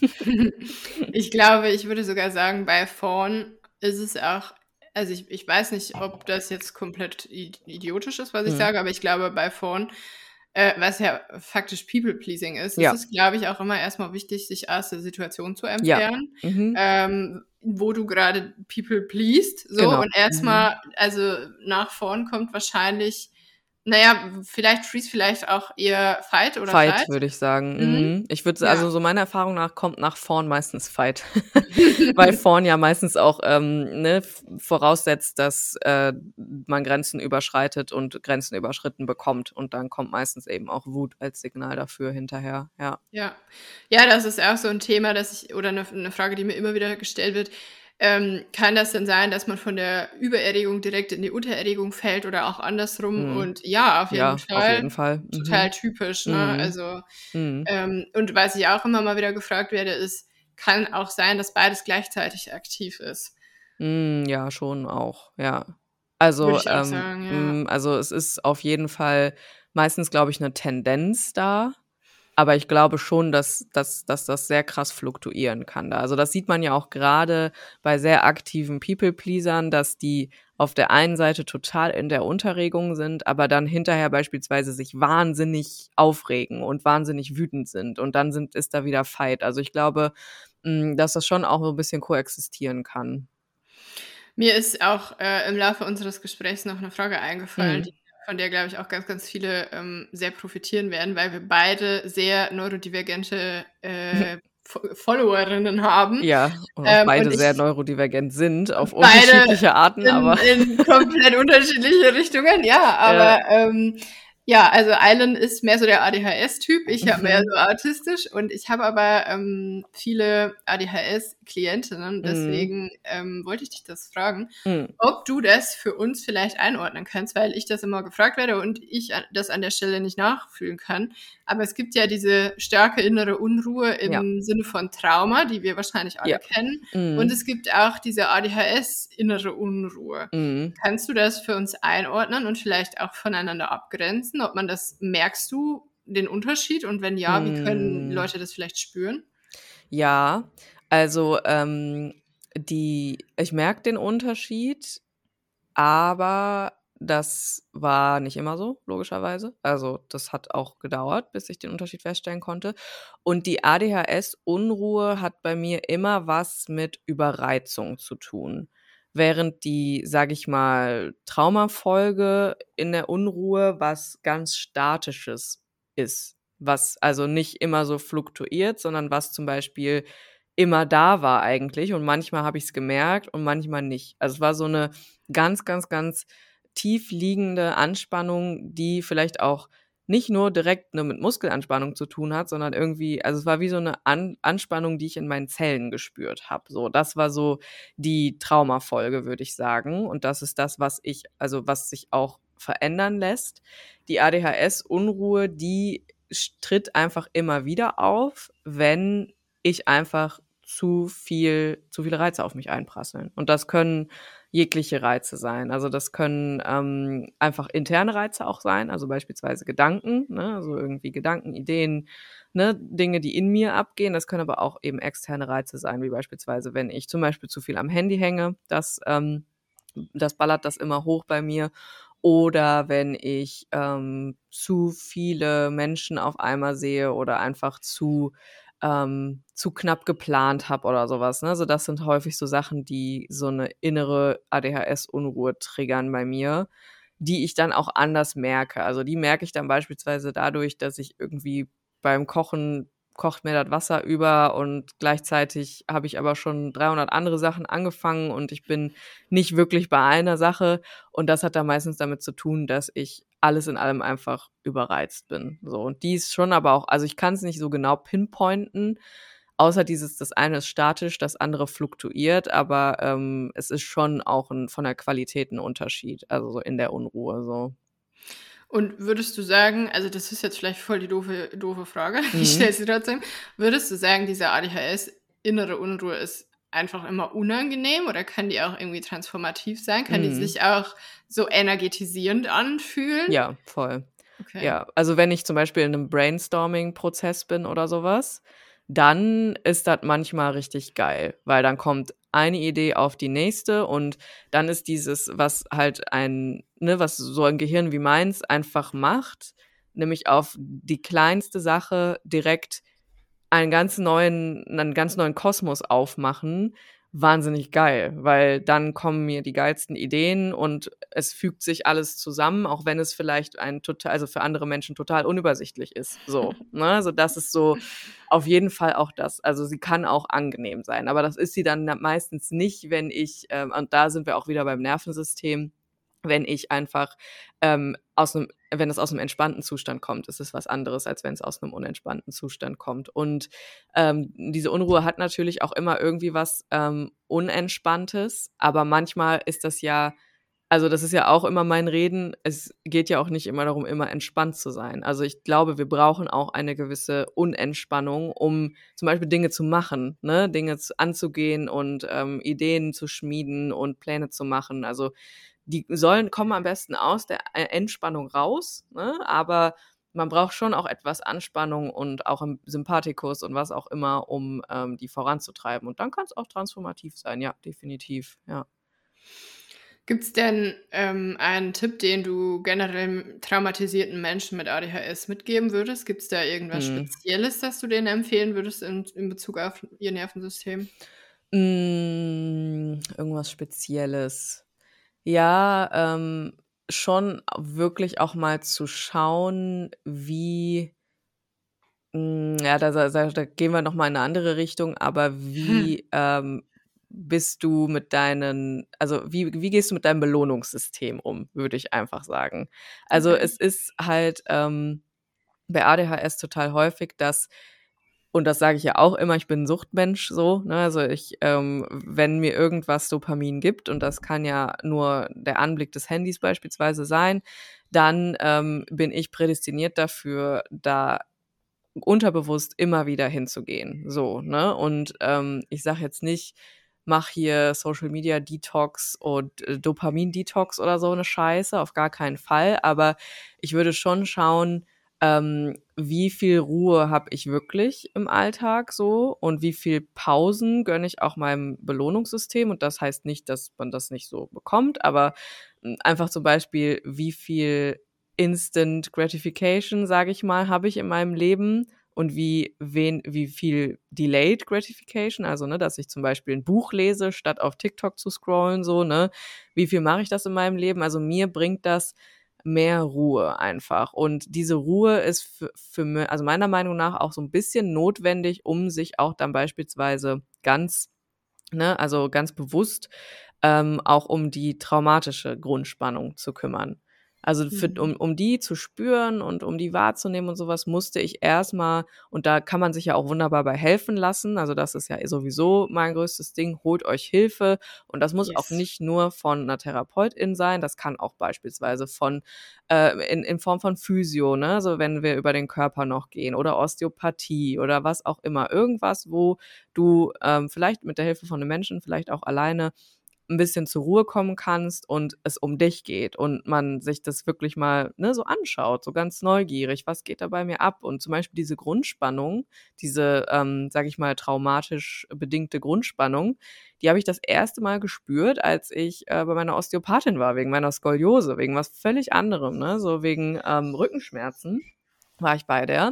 Ich glaube, ich würde sogar sagen, bei Fawn ist es auch, also ich, ich weiß nicht, ob das jetzt komplett i- idiotisch ist, was ich Mhm. sage, aber ich glaube, bei Fawn, äh, was ja faktisch People-Pleasing ist, ist Ja. es, glaube ich, auch immer erstmal wichtig, sich aus der Situation zu Ja. entfernen, Mhm. ähm, wo du gerade People pleased, so, Genau. und erstmal, also nach Fawn kommt wahrscheinlich, naja, vielleicht Freeze, vielleicht auch eher Fight oder Fight, Flight. würde ich sagen. Mhm. Mhm. Ich würde Ja. also so meiner Erfahrung nach kommt nach Fawn meistens Fight. Weil Fawn ja meistens auch, ähm, ne, v voraussetzt, dass, äh, man Grenzen überschreitet und Grenzen überschritten bekommt. Und dann kommt meistens eben auch Wut als Signal dafür hinterher, ja. Ja. Ja, das ist auch so 'n Thema, das ich, oder 'ne 'ne Frage, die mir immer wieder gestellt wird. Ähm, kann das denn sein, dass man von der Übererregung direkt in die Untererregung fällt oder auch andersrum? Mhm. Und ja, auf jeden Ja, auf jeden Fall, Fall. total Mhm. typisch, ne? Mhm. Also, Mhm. ähm und was ich auch immer mal wieder gefragt werde, ist, kann auch sein, dass beides gleichzeitig aktiv ist? Hm, ja, schon auch, ja. Würde Also, ich auch ähm, sagen, ja. hm, also, es ist auf jeden Fall meistens, glaube ich, 'ne Tendenz da, aber ich glaube schon, dass dass dass das sehr krass fluktuieren kann da. Also, das sieht man ja auch grade bei sehr aktiven People-Pleasern, dass die auf der einen Seite total in der Unterregung sind, aber dann hinterher beispielsweise sich wahnsinnig aufregen und wahnsinnig wütend sind und dann sind ist da wieder Fight. Also, ich glaube, hm, dass das schon auch so 'n bisschen koexistieren kann. Mir ist auch, äh, im Laufe unseres Gesprächs noch 'ne Frage eingefallen, Mhm. die von der, glaube ich, auch ganz, ganz viele, ähm, sehr profitieren werden, weil wir beide sehr neurodivergente, äh, Fo Followerinnen haben. Ja, und auch Ähm, und beide sehr ich neurodivergent sind auf beide unterschiedliche Arten, in aber in komplett unterschiedliche Richtungen, ja, Ja. aber, ähm, ja, also Alan ist mehr so der A D H S-Typ, ich habe mehr Mhm. so autistisch und ich habe aber, ähm, viele A D H S-Klientinnen, Mhm. deswegen, ähm, wollte ich dich das fragen, Mhm. ob du das für uns vielleicht einordnen kannst, weil ich das immer gefragt werde und ich a das an der Stelle nicht nachfühlen kann. Aber es gibt ja diese starke innere Unruhe Ja. im Sinne von Trauma, die wir wahrscheinlich alle Ja. kennen. Und Mhm. es gibt auch diese A D H S-innere Unruhe. Mhm. Kannst du das für uns einordnen und vielleicht auch voneinander abgrenzen? Ob man das merkst du den Unterschied? Und wenn ja, wie können Hm. Leute das vielleicht spüren? Ja, also, ähm, die ich merke den Unterschied, aber das war nicht immer so, logischerweise. Also, das hat auch gedauert, bis ich den Unterschied feststellen konnte. Und die A D H S-Unruhe hat bei mir immer was mit Überreizung zu tun. Während die, sage ich mal, Traumafolge in der Unruhe was ganz Statisches ist, was also nicht immer so fluktuiert, sondern was zum Beispiel immer da war eigentlich und manchmal habe ich's gemerkt und manchmal nicht. Also, es war so 'ne ganz, ganz, ganz tief liegende Anspannung, die vielleicht auch nicht nur direkt nur mit Muskelanspannung zu tun hat, sondern irgendwie also, es war wie so 'ne An Anspannung, die ich in meinen Zellen gespürt habe, so. Das war so die Traumafolge, würde ich sagen. Und das ist das, was ich also, was sich auch verändern lässt. Die A D H S-Unruhe, die sch tritt einfach immer wieder auf, wenn ich einfach zu viel zu viele Reize auf mich einprasseln. Und das können jegliche Reize sein. Also, das können, ähm, einfach interne Reize auch sein, also beispielsweise Gedanken, ne, also irgendwie Gedanken, Ideen, ne, Dinge, die in mir abgehen. Das können aber auch eben externe Reize sein, wie beispielsweise, wenn ich zum Beispiel zu viel am Handy hänge, das, ähm das ballert das immer hoch bei mir. Oder wenn ich, ähm, zu viele Menschen auf einmal sehe oder einfach zu ähm, zu knapp geplant habe oder so was, ne? Also, das sind häufig so Sachen, die so 'ne innere A D H S-Unruhe triggern bei mir, die ich dann auch anders merke. Also, die merke ich dann beispielsweise dadurch, dass ich irgendwie beim Kochen kocht mir das Wasser über und gleichzeitig habe ich aber schon dreihundert andere Sachen angefangen und ich bin nicht wirklich bei einer Sache. Und das hat dann meistens damit zu tun, dass ich alles in allem einfach überreizt bin, so. Und die ist schon aber auch also, ich kann's nicht so genau pinpointen, außer dieses das eine ist statisch, das andere fluktuiert, aber, ähm, es ist schon auch 'n von der Qualität 'n Unterschied, also so in der Unruhe so. Und würdest du sagen also, das ist jetzt vielleicht voll die doofe doofe Frage, ich Mhm. stelle sie trotzdem. Würdest du sagen, diese A D H S innere Unruhe ist einfach immer unangenehm oder kann die auch irgendwie transformativ sein? Kann die Mhm. sich auch so energetisierend anfühlen? Ja, voll. Okay. Ja, also wenn ich zum Beispiel in 'nem Brainstorming-Prozess bin oder so was, dann ist das manchmal richtig geil, weil dann kommt eine Idee auf die nächste und dann ist dieses, was halt ein ne, was so ein Gehirn wie meins einfach macht, nämlich auf die kleinste Sache direkt einen ganz neuen 'nen ganz neuen Kosmos aufmachen, wahnsinnig geil, weil dann kommen mir die geilsten Ideen und es fügt sich alles zusammen, auch wenn es vielleicht ein total also für andere Menschen total unübersichtlich ist, so, ne? Also, das ist so auf jeden Fall auch das. Also, sie kann auch angenehm sein, aber das ist sie dann na meistens nicht, wenn ich ähm, und da sind wir auch wieder beim Nervensystem, wenn ich einfach, ähm, aus 'nem wenn es aus 'nem entspannten Zustand kommt, ist es was anderes, als wenn's aus 'nem unentspannten Zustand kommt. Und, ähm, diese Unruhe hat natürlich auch immer irgendwie was, ähm, Unentspanntes, aber manchmal ist das ja also, das ist ja auch immer mein Reden, es geht ja auch nicht immer darum, immer entspannt zu sein. Also, ich glaube, wir brauchen auch eine gewisse Unentspannung, um zum Beispiel Dinge zu machen, ne, Dinge z anzugehen und, ähm, Ideen zu schmieden und Pläne zu machen. Also, die sollen kommen am besten aus der E Entspannung raus, ne, aber man braucht schon auch etwas Anspannung und auch 'n Sympathikus und was auch immer, um, ähm, die voranzutreiben. Und dann kann's auch transformativ sein, ja, definitiv, ja. Gibt's denn, ähm, einen Tipp, den du generell traumatisierten Menschen mit A D H S mitgeben würdest? Gibt's da irgendwas Mhm. Spezielles, das du denen empfehlen würdest in in Bezug auf ihr Nervensystem? Hm, irgendwas Spezielles. Ja, ähm, schon wirklich auch mal zu schauen, wie hm, ja, da sa sa da gehen wir noch mal in 'ne andere Richtung, aber wie, ähm, bist du mit deinen also, wie wie gehst du mit deinem Belohnungssystem um, würde ich einfach sagen. Also, Okay. es ist halt, ähm, bei A D H S total häufig, dass und das sage ich ja auch immer, ich bin 'n Suchtmensch so, ne? Also, ich, ähm wenn mir irgendwas Dopamin gibt, und das kann ja nur der Anblick des Handys beispielsweise sein, dann, ähm, bin ich prädestiniert dafür, da unterbewusst immer wieder hinzugehen, so, ne? Und, ähm, ich sage jetzt nicht: „Mach hier Social Media Detox und, äh, Dopamin-Detox“ oder so 'ne Scheiße, auf gar keinen Fall. Aber ich würde schon schauen, ähm, wie viel Ruhe habe ich wirklich im Alltag so und wie viel Pausen gönne ich auch meinem Belohnungssystem. Und das heißt nicht, dass man das nicht so bekommt, aber, hm, einfach zum Beispiel, wie viel Instant Gratification, sage ich mal, habe ich in meinem Leben und wie wen wie viel Delayed Gratification, also, ne, dass ich zum Beispiel 'n Buch lese, statt auf TikTok zu scrollen so, ne? Wie viel mache ich das in meinem Leben? Also, mir bringt das mehr Ruhe einfach. Und diese Ruhe ist für für mi also, meiner Meinung nach auch so 'n bisschen notwendig, um sich auch dann beispielsweise ganz ne, also, ganz bewusst, ähm, auch um die traumatische Grundspannung zu kümmern. Also, für Mhm. um um die zu spüren und um die wahrzunehmen und so was, musste ich erst mal und da kann man sich ja auch wunderbar bei helfen lassen. Also, das ist ja sowieso mein größtes Ding, holt euch Hilfe. Und das muss auch Yes. nicht nur von 'ner Therapeutin sein, das kann auch beispielsweise von äh, in in Form von Physio, ne, so wenn wir über den Körper noch gehen oder Osteopathie oder was auch immer. Irgendwas, wo du, ähm, vielleicht mit der Hilfe von 'nem Menschen, vielleicht auch alleine 'n bisschen zur Ruhe kommen kannst und es um dich geht und man sich das wirklich mal, ne, so anschaut, so ganz neugierig: „Was geht da bei mir ab?“ Und zum Beispiel diese Grundspannung, diese, ähm, sage ich mal, traumatisch bedingte Grundspannung, die habe ich das erste Mal gespürt, als ich, äh, bei meiner Osteopathin war, wegen meiner Skoliose, wegen was völlig anderem, ne, so wegen, ähm, Rückenschmerzen war ich bei der.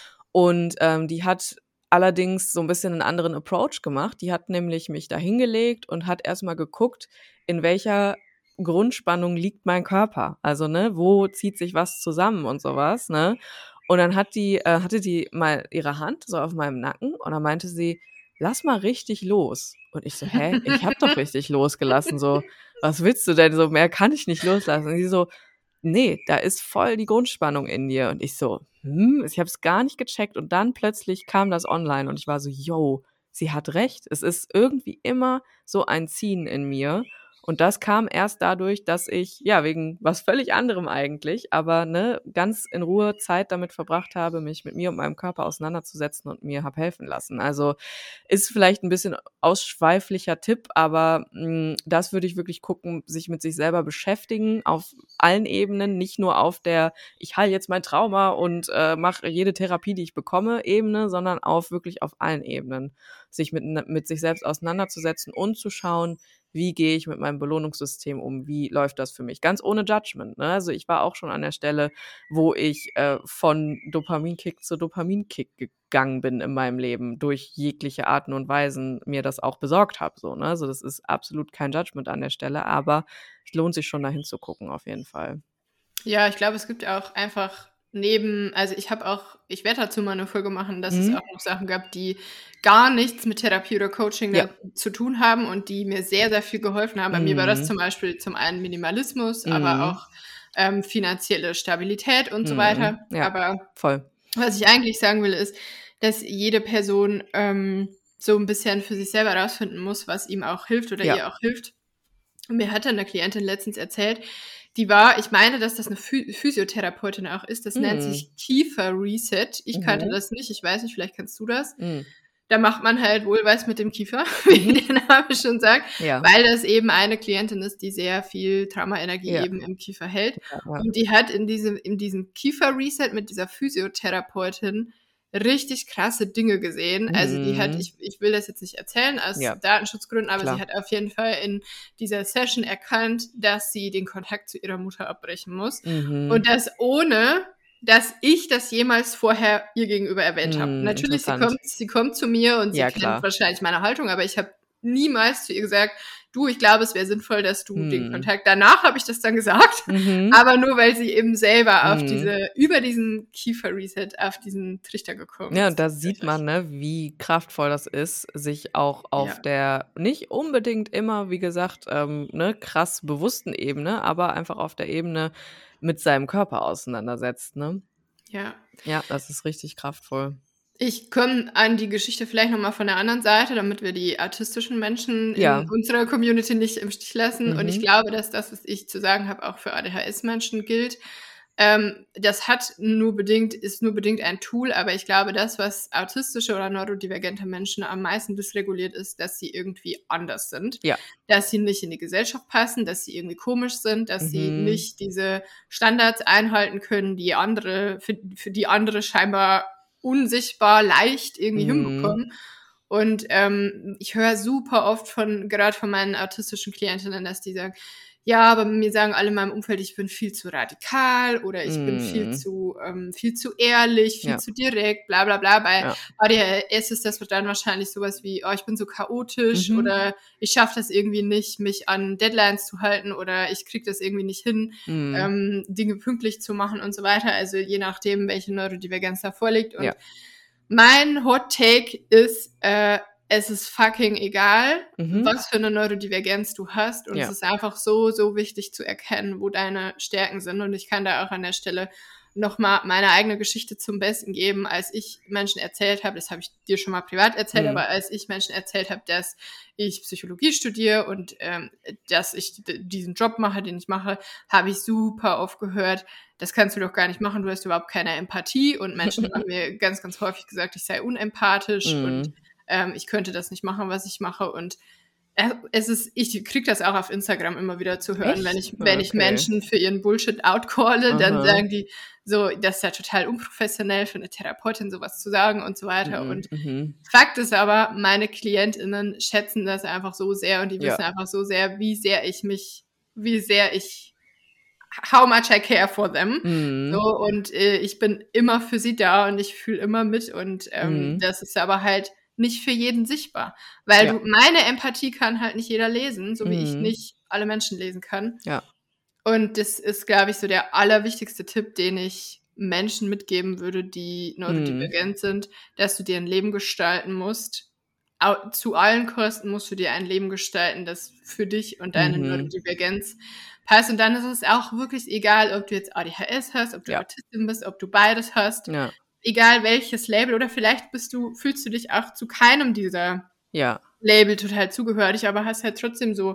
Und, ähm, die hat allerdings so 'n bisschen 'nen anderen Approach gemacht. Die hat nämlich mich da hingelegt und hat erst mal geguckt, in welcher Grundspannung liegt mein Körper. Also, ne, wo zieht sich was zusammen und so was, ne? Und dann hat die äh, hatte die mal ihre Hand so auf meinem Nacken und dann meinte sie: „Lass mal richtig los.“ Und ich so: „Hä? Ich habe doch richtig losgelassen so. Was willst du denn so? Mehr kann ich nicht loslassen.“ Und sie so: „Ne, da ist voll die Grundspannung in dir.“ Und ich so: „Hm?“ Ich habe es gar nicht gecheckt und dann plötzlich kam das online und ich war so: „Jo, sie hat recht.“ Es ist irgendwie immer so ein Ziehen in mir Und das kam erst dadurch, dass ich, ja, wegen was völlig anderem eigentlich, aber ne, ganz in Ruhe Zeit damit verbracht habe, mich mit mir und meinem Körper auseinanderzusetzen und mir habe helfen lassen. Also ist vielleicht ein bisschen ausschweiflicher Tipp, aber mh, das würde ich wirklich gucken, sich mit sich selber beschäftigen, auf allen Ebenen, nicht nur auf der, ich heile jetzt mein Trauma und äh, mache jede Therapie, die ich bekomme, Ebene, sondern auf wirklich auf allen Ebenen, sich mit, mit sich selbst auseinanderzusetzen und zu schauen, wie gehe ich mit meinem Belohnungssystem um, wie läuft das für mich, ganz ohne Judgment. Ne? Also ich war auch schon an der Stelle, wo ich äh, von Dopaminkick zu Dopaminkick gegangen bin in meinem Leben, durch jegliche Arten und Weisen mir das auch besorgt habe. So, ne? Also das ist absolut kein Judgment an der Stelle, aber es lohnt sich schon, da hinzugucken auf jeden Fall. Ja, ich glaube, es gibt auch einfach neben, also ich habe auch, ich werde dazu mal eine Folge machen, dass es Mhm. auch noch Sachen gab, die gar nichts mit Therapie oder Coaching Ja. da zu tun haben und die mir sehr, sehr viel geholfen haben. Bei mir war das Mhm. zum Beispiel zum einen Minimalismus, Mhm. aber auch ähm, finanzielle Stabilität und so weiter. Mhm. Ja, Aber voll. was ich eigentlich sagen will, ist, dass jede Person ähm, so ein bisschen für sich selber rausfinden muss, was ihm auch hilft oder Ja. ihr auch hilft. Und mir hatte eine Klientin letztens erzählt, die war, ich meine, dass das eine Phy- Physiotherapeutin auch ist, das nennt Mhm. sich Kiefer-Reset. Ich kannte Mhm. das nicht, ich weiß nicht, vielleicht kannst du das. Mhm. Da macht man halt wohl was mit dem Kiefer, wie Mhm. der Name schon sagt, Ja. weil das eben eine Klientin ist, die sehr viel Traumaenergie Ja. eben im Kiefer hält. Ja, ja. Und die hat in diesem, in diesem Kiefer-Reset mit dieser Physiotherapeutin richtig krasse Dinge gesehen. Also die hat, Mhm. ich, ich will das jetzt nicht erzählen aus Ja. Datenschutzgründen, aber Klar. sie hat auf jeden Fall in dieser Session erkannt, dass sie den Kontakt zu ihrer Mutter abbrechen muss. Mhm. Und das ohne, dass ich das jemals vorher ihr gegenüber erwähnt habe. Mhm, Natürlich, sie interessant. kommt, sie kommt zu mir und sie Ja, kennt klar. wahrscheinlich meine Haltung, aber ich habe niemals zu ihr gesagt, du, ich glaube, es wäre sinnvoll, dass du den Mhm. Kontakt, danach habe ich das dann gesagt, Mhm. aber nur, weil sie eben selber auf Mhm. diese, über diesen Kiefer-Reset, auf diesen Trichter gekommen Ja, ist. und da sieht tatsächlich. man, ne, wie kraftvoll das ist, sich auch auf Ja. der nicht unbedingt immer, wie gesagt, ähm, ne, krass bewussten Ebene, aber einfach auf der Ebene mit seinem Körper auseinandersetzt, ne? Ja. Ja, das ist richtig kraftvoll. Ich komme an die Geschichte vielleicht noch mal von der anderen Seite, damit wir die autistischen Menschen Ja. in unserer Community nicht im Stich lassen. Und ich Mhm. glaube, dass das, was ich zu sagen habe, auch für A D H S-Menschen gilt. Ähm, das hat nur bedingt, ist nur bedingt ein Tool, aber ich glaube, das, was autistische oder neurodivergente Menschen am meisten dysreguliert, ist, dass sie irgendwie anders sind. Ja. Dass sie nicht in die Gesellschaft passen, dass sie irgendwie komisch sind, dass sie Mhm. nicht diese Standards einhalten können, die andere, für, für die andere scheinbar unsichtbar leicht irgendwie Mhm. hinbekommen. Und ähm, ich höre super oft von, gerade von meinen autistischen Klientinnen, dass die sagen, ja, aber mir sagen alle in meinem Umfeld, ich bin viel zu radikal oder ich bin viel Mhm. zu, ähm, viel zu ehrlich, viel Ja. zu direkt, bla bla bla. Bei Ja. A D H S ist das dann wahrscheinlich sowas wie, oh, ich bin so chaotisch Mhm. oder ich schaffe das irgendwie nicht, mich an Deadlines zu halten oder ich kriege das irgendwie nicht hin, Mhm. ähm, Dinge pünktlich zu machen und so weiter. Also je nachdem, welche Neurodivergenz da vorliegt. Und Ja. mein Hot Take ist, äh, es ist fucking egal, Mhm. was für eine Neurodivergenz du hast. Und Ja. es ist einfach so, so wichtig zu erkennen, wo deine Stärken sind. Und ich kann da auch an der Stelle nochmal meine eigene Geschichte zum Besten geben, als ich Menschen erzählt habe, das habe ich dir schon mal privat erzählt, Mhm. aber als ich Menschen erzählt habe, dass ich Psychologie studiere und ähm, dass ich d- diesen Job mache, den ich mache, habe ich super oft gehört, das kannst du doch gar nicht machen, du hast überhaupt keine Empathie. Und Menschen haben mir ganz, ganz häufig gesagt, ich sei unempathisch und Mhm. ähm, ich könnte das nicht machen, was ich mache. Und äh, es ist, ich kriege das auch auf Instagram immer wieder zu hören, wenn Echt? ich, wenn ich Okay. Menschen für ihren Bullshit outcalle, dann Aha. sagen die so, das ist ja total unprofessionell für eine Therapeutin sowas zu sagen und so weiter. Mhm. Und Mhm. Fakt ist aber, meine KlientInnen schätzen das einfach so sehr und die Ja. wissen einfach so sehr, wie sehr ich mich, wie sehr ich, how much I care for them. Mhm. So, und äh, ich bin immer für sie da und ich fühle immer mit und ähm, Mhm. das ist aber halt nicht für jeden sichtbar. Weil Ja. du, meine Empathie kann halt nicht jeder lesen, so wie ich Mhm. nicht alle Menschen lesen kann. Ja. Und das ist, glaube ich, so der allerwichtigste Tipp, den ich Menschen mitgeben würde, die Mhm. neurodivergent sind, dass du dir ein Leben gestalten musst. Au- Zu allen Kosten musst du dir ein Leben gestalten, das für dich und deine Mhm. Neurodivergenz passt. Und dann ist es auch wirklich egal, ob du jetzt A D H S hast, ob du Ja. Autistin bist, ob du beides hast. Ja. Egal welches Label. Oder vielleicht bist du, fühlst du dich auch zu keinem dieser Ja. Label total zugehörig, aber hast halt trotzdem so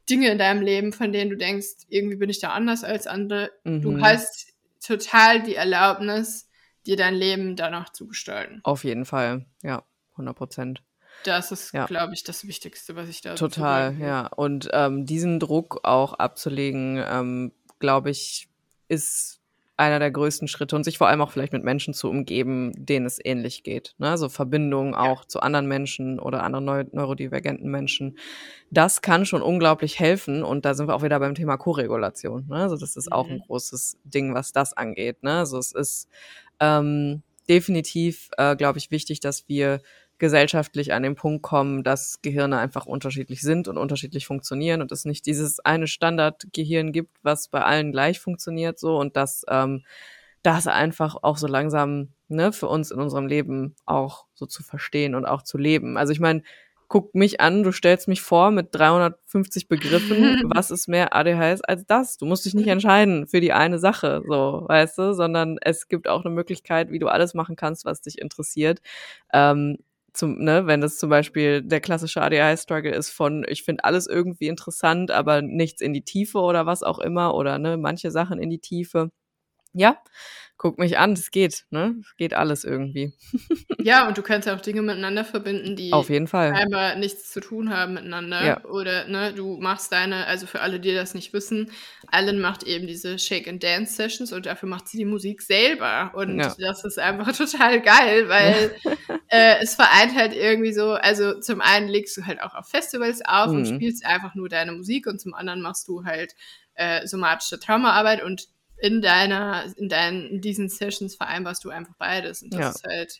Dinge in deinem Leben, von denen du denkst, irgendwie bin ich da anders als andere. Mhm. Du hast total die Erlaubnis, dir dein Leben danach zu gestalten. Auf jeden Fall, ja, hundert Prozent. Das ist, Ja. glaube ich, das Wichtigste, was ich da Total, sagen will. ja. Und ähm, diesen Druck auch abzulegen, ähm, glaube ich, ist einer der größten Schritte und sich vor allem auch vielleicht mit Menschen zu umgeben, denen es ähnlich geht. Ne? So Verbindungen auch ja. zu anderen Menschen oder anderen neu- neurodivergenten Menschen. Das kann schon unglaublich helfen und da sind wir auch wieder beim Thema Koregulation. Ne? Also das ist mhm. auch ein großes Ding, was das angeht. Ne? Also es ist ähm, definitiv, äh, glaube ich, wichtig, dass wir gesellschaftlich an den Punkt kommen, dass Gehirne einfach unterschiedlich sind und unterschiedlich funktionieren und es nicht dieses eine Standardgehirn gibt, was bei allen gleich funktioniert so und dass ähm, das einfach auch so langsam ne, für uns in unserem Leben auch so zu verstehen und auch zu leben. Also ich meine, guck mich an, du stellst mich vor mit dreihundertfünfzig Begriffen, was ist mehr A D H S als das? Du musst dich nicht entscheiden für die eine Sache, so, weißt du, sondern es gibt auch eine Möglichkeit, wie du alles machen kannst, was dich interessiert. Ähm, Zum, ne, wenn das zum Beispiel der klassische A D H S-Struggle ist von, ich finde alles irgendwie interessant, aber nichts in die Tiefe oder was auch immer oder ne, manche Sachen in die Tiefe. Ja, guck mich an, es geht, ne? Es geht alles irgendwie. Ja, und du kannst auch Dinge miteinander verbinden, die Auf jeden Fall scheinbar nichts zu tun haben miteinander. Ja. Oder ne, du machst deine, also für alle, die das nicht wissen, Ellen macht eben diese Shake-and-Dance-Sessions und dafür macht sie die Musik selber. Und Ja. das ist einfach total geil, weil äh, es vereint halt irgendwie so, also zum einen legst du halt auch auf Festivals auf Mhm. und spielst einfach nur deine Musik und zum anderen machst du halt äh, somatische Traumaarbeit und in deiner, in deinen, in diesen Sessions vereinbarst du einfach beides. Und das Ja. ist halt,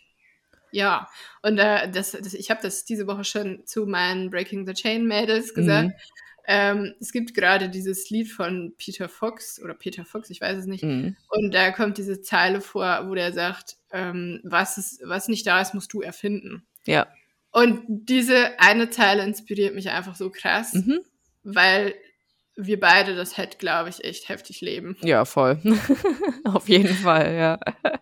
ja. Und äh, das, das, ich habe das diese Woche schon zu meinen Breaking the Chain Mädels gesagt. Mhm. Ähm, es gibt gerade dieses Lied von Peter Fox oder Peter Fox, ich weiß es nicht. Mhm. Und da kommt diese Zeile vor, wo der sagt, ähm, was, ist, was nicht da ist, musst du erfinden. Ja. Und diese eine Zeile inspiriert mich einfach so krass, Mhm. weil wir beide das halt, glaube ich, echt heftig leben. Ja, voll. Auf jeden Fall, ja.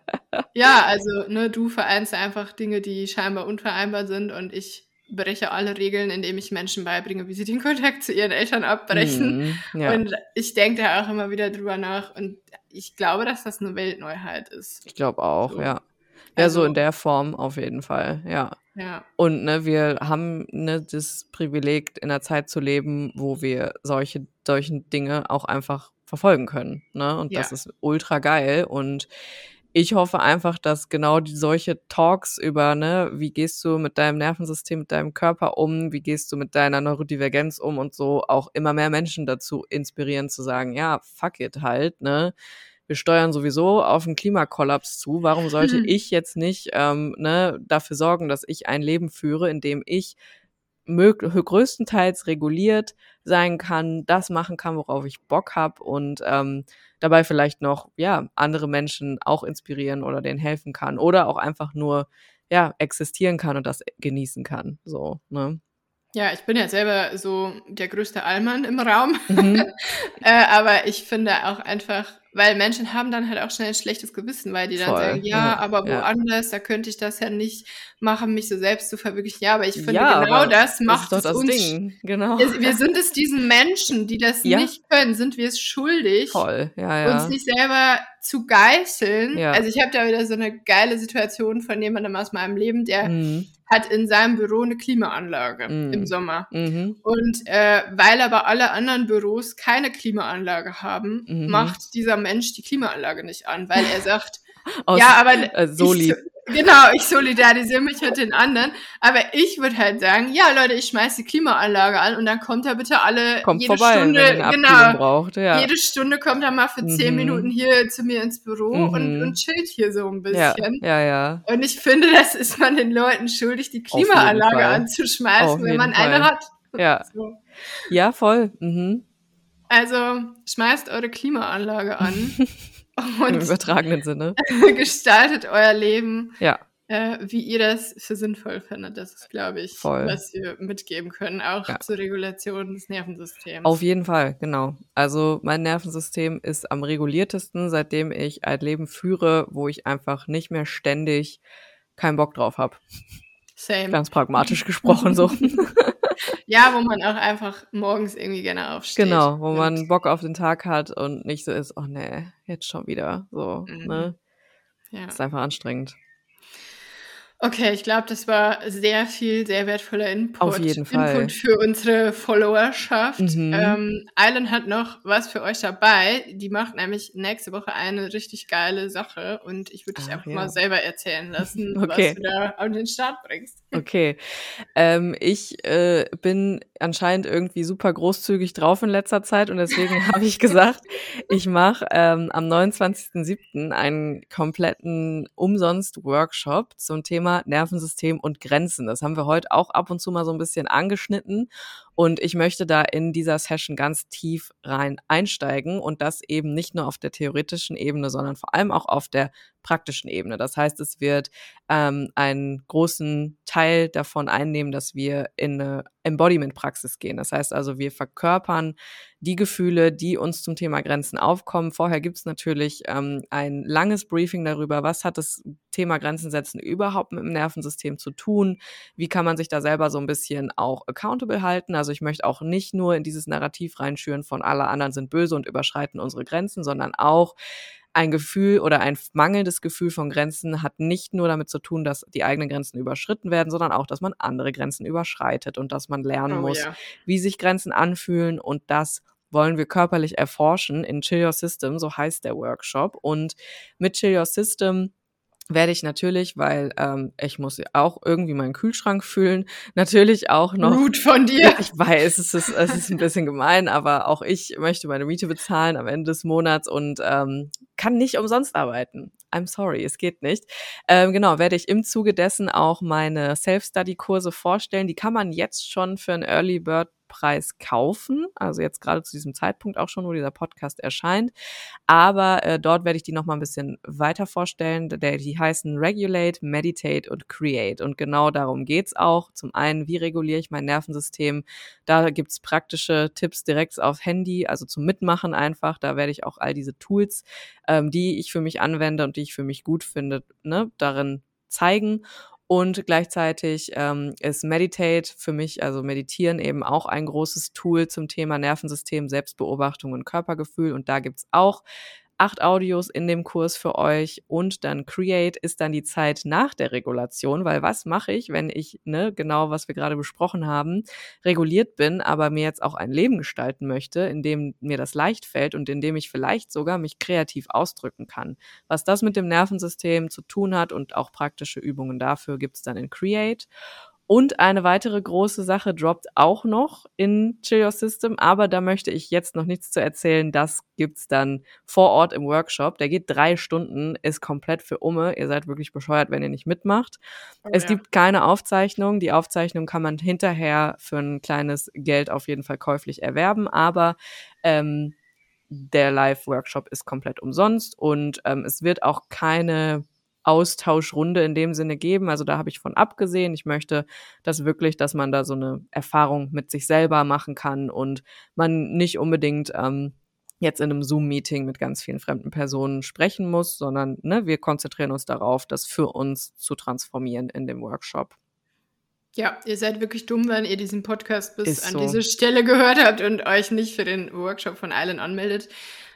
Ja, also, ne, du vereinst einfach Dinge, die scheinbar unvereinbar sind und ich breche alle Regeln, indem ich Menschen beibringe, wie sie den Kontakt zu ihren Eltern abbrechen. Mhm. Ja. Und ich denke da auch immer wieder drüber nach und ich glaube, dass das eine Weltneuheit ist. Ich glaube auch, So. ja. Ja, Also, so in der Form auf jeden Fall, ja. ja. Und ne, wir haben ne, das Privileg, in einer Zeit zu leben, wo wir solche solchen Dinge auch einfach verfolgen können. Ne? Und Ja. das ist ultra geil. Und ich hoffe einfach, dass genau die, solche Talks über, ne, wie gehst du mit deinem Nervensystem, mit deinem Körper um, wie gehst du mit deiner Neurodivergenz um und so, auch immer mehr Menschen dazu inspirieren zu sagen, ja, fuck it halt, ne? Wir steuern sowieso auf einen Klimakollaps zu. Warum sollte ich jetzt nicht ähm, ne, dafür sorgen, dass ich ein Leben führe, in dem ich mög- größtenteils reguliert sein kann, das machen kann, worauf ich Bock habe und ähm, dabei vielleicht noch ja andere Menschen auch inspirieren oder denen helfen kann oder auch einfach nur ja existieren kann und das genießen kann. So, ne? Ja, ich bin ja selber so der größte Allmann im Raum. Mhm. äh, aber ich finde auch einfach, weil Menschen haben dann halt auch schnell ein schlechtes Gewissen, weil die dann Voll, sagen, ja, ja, aber ja. woanders, da könnte ich das ja nicht machen, mich so selbst zu verwirklichen. Ja, aber ich finde, Ja, genau aber das das macht ist doch es das uns. Ding, genau. Wir, wir sind es diesen Menschen, die das Ja. nicht können, sind wir es schuldig, Voll, ja, uns ja. nicht selber zu geißeln. Ja. Also ich habe da wieder so eine geile Situation von jemandem aus meinem Leben, der Mhm. hat in seinem Büro eine Klimaanlage Mhm. im Sommer. Mhm. Und äh, weil aber alle anderen Büros keine Klimaanlage haben, Mhm. macht dieser Mensch die Klimaanlage nicht an, weil er sagt, Aus, ja, aber äh, Soli. ich, genau, ich solidarisiere mich mit den anderen, aber ich würde halt sagen, ja Leute, ich schmeiß die Klimaanlage an und dann kommt er bitte alle Kommt jede vorbei, Stunde, wenn ihr eine genau, Abkühlung braucht, ja. jede Stunde kommt er mal für zehn Mhm. Minuten hier zu mir ins Büro Mhm. und, und chillt hier so ein Ja, bisschen. ja, ja. Und ich finde, das ist man den Leuten schuldig, die Auf jeden Klimaanlage Fall. anzuschmeißen, Auf wenn jeden man eine Fall. hat. Ja. So. Ja, voll. Mhm. Also schmeißt eure Klimaanlage an Im und übertragenen Sinne. gestaltet euer Leben, Ja, äh, wie ihr das für sinnvoll findet. Das ist, glaube ich, voll. was wir mitgeben können, auch Ja. zur Regulation des Nervensystems. Auf jeden Fall, genau. Also mein Nervensystem ist am reguliertesten, seitdem ich ein Leben führe, wo ich einfach nicht mehr ständig keinen Bock drauf habe. Same. Ganz pragmatisch gesprochen so. Ja, wo man auch einfach morgens irgendwie gerne aufsteht. Genau, wo Und man Bock auf den Tag hat und nicht so ist: „Oh ne, jetzt schon wieder“, so, Mhm. ne? Ja. Ist einfach anstrengend. Okay, ich glaube, das war sehr viel, sehr wertvoller Auf Input jeden Input Fall. für unsere Followerschaft. Mhm. Ähm, Aylin hat noch was für euch dabei. Die macht nämlich nächste Woche eine richtig geile Sache und ich würde dich Ach einfach mal ja. selber erzählen lassen, was Okay. du da an den Start bringst. Okay. Ähm, ich, äh, bin anscheinend irgendwie super großzügig drauf in letzter Zeit und deswegen habe ich gesagt, ich mache, ähm, am neunundzwanzigsten siebten einen kompletten Umsonst-Workshop zum Thema Nervensystem und Grenzen. Das haben wir heute auch ab und zu mal so 'n bisschen angeschnitten und ich möchte da in dieser Session ganz tief rein einsteigen und das eben nicht nur auf der theoretischen Ebene, sondern vor allem auch auf der praktischen Ebene. Das heißt, es wird, ähm, einen großen Teil davon einnehmen, dass wir in 'ne Embodiment-Praxis gehen. Das heißt also, wir verkörpern die Gefühle, die uns zum Thema Grenzen aufkommen. Vorher gibt's natürlich, ähm, ein langes Briefing darüber, was hat das Thema Grenzen setzen überhaupt mit dem Nervensystem zu tun? Wie kann man sich da selber so 'n bisschen auch accountable halten? Also, ich möchte auch nicht nur in dieses Narrativ reinschüren von alle anderen sind böse und überschreiten unsere Grenzen, sondern auch ein Gefühl oder ein f mangelndes Gefühl von Grenzen hat nicht nur damit zu tun, dass die eigenen Grenzen überschritten werden, sondern auch, dass man andere Grenzen überschreitet und dass man lernen Oh muss, ja. wie sich Grenzen anfühlen und das wollen wir körperlich erforschen in Chill Your System, so heißt der Workshop. Und mit Chill Your System werde ich natürlich, weil, ähm, ich muss ja auch irgendwie meinen Kühlschrank füllen, natürlich auch noch Rude von dir. ich weiß, es ist es ist 'n bisschen gemein, aber auch ich möchte meine Miete bezahlen am Ende des Monats und, ähm, kann nicht umsonst arbeiten. I'm sorry, es geht nicht. Ähm, genau, werde ich im Zuge dessen auch meine Self-Study-Kurse vorstellen. Die kann man jetzt schon für 'n Early-Bird-Preis kaufen, also jetzt grade zu diesem Zeitpunkt auch schon, wo dieser Podcast erscheint. Aber, äh, dort werde ich die noch mal 'n bisschen weiter vorstellen. D der die heißen Regulate, Meditate und Create und genau darum geht's auch. Zum einen, wie reguliere ich mein Nervensystem? Da gibt's praktische Tipps direkt aufs Handy, also zum Mitmachen einfach. Da werde ich auch all diese Tools, ähm, die ich für mich anwende und die ich für mich gut finde, ne, darin zeigen. Und gleichzeitig, ähm, ist Meditate für mich also Meditieren eben auch ein großes Tool zum Thema Nervensystem, Selbstbeobachtung und Körpergefühl und da gibt's auch acht Audios in dem Kurs für euch und dann Create ist dann die Zeit nach der Regulation, weil was mache ich, wenn ich, ne, genau was wir grade besprochen haben, reguliert bin, aber mir jetzt auch ein Leben gestalten möchte, in dem mir das leicht fällt und in dem ich vielleicht sogar mich kreativ ausdrücken kann. Was das mit dem Nervensystem zu tun hat und auch praktische Übungen dafür gibt's dann in Create. Und eine weitere große Sache droppt auch noch in Chill Your System, aber da möchte ich jetzt noch nichts zu erzählen. Das gibt's dann vor Ort im Workshop. Der geht drei Stunden, ist komplett für Umme. Ihr seid wirklich bescheuert, wenn ihr nicht mitmacht. Oh Es ja. gibt keine Aufzeichnung. Die Aufzeichnung kann man hinterher für 'n kleines Geld auf jeden Fall käuflich erwerben, aber, ähm, der Live-Workshop ist komplett umsonst und, ähm, es wird auch keine Austauschrunde in dem Sinne geben. Also, da habe ich von abgesehen. Ich möchte das wirklich, dass man da so 'ne Erfahrung mit sich selber machen kann und man nicht unbedingt, ähm, jetzt in 'nem Zoom-Meeting mit ganz vielen fremden Personen sprechen muss, sondern, ne, wir konzentrieren uns darauf, das für uns zu transformieren in dem Workshop. Ja, ihr seid wirklich dumm, wenn ihr diesen Podcast bis Ist an so. diese Stelle gehört habt und euch nicht für den Workshop von Aylin anmeldet,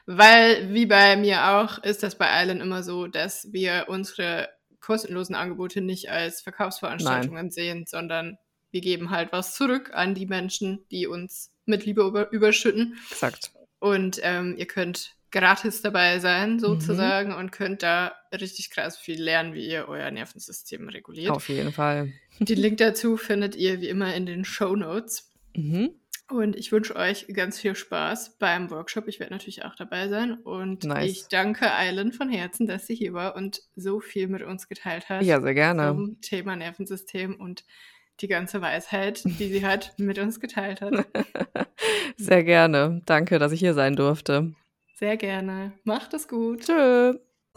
weil wie bei mir auch, ist das bei Aylin immer so, dass wir unsere kostenlosen Angebote nicht als Nein. Verkaufsveranstaltungen sehen, sondern wir geben halt was zurück an die Menschen, die uns mit Liebe über überschütten. Exakt. Und, ähm, ihr könnt gratis dabei sein Mhm. sozusagen und könnt da richtig krass viel lernen, wie ihr euer Nervensystem reguliert. Auf jeden Fall. Den Link dazu findet ihr wie immer in den Shownotes. Mhm. Und ich wünsche euch ganz viel Spaß beim Workshop. Ich werde natürlich auch dabei sein und Nice. ich danke Aylin von Herzen, dass sie hier war und so viel mit uns geteilt hat Ja, sehr gerne. zum Thema Nervensystem und die ganze Weisheit, die sie hat, mit uns geteilt hat. Sehr gerne. Danke, dass ich hier sein durfte. Sehr gerne. Macht es gut. Tschö.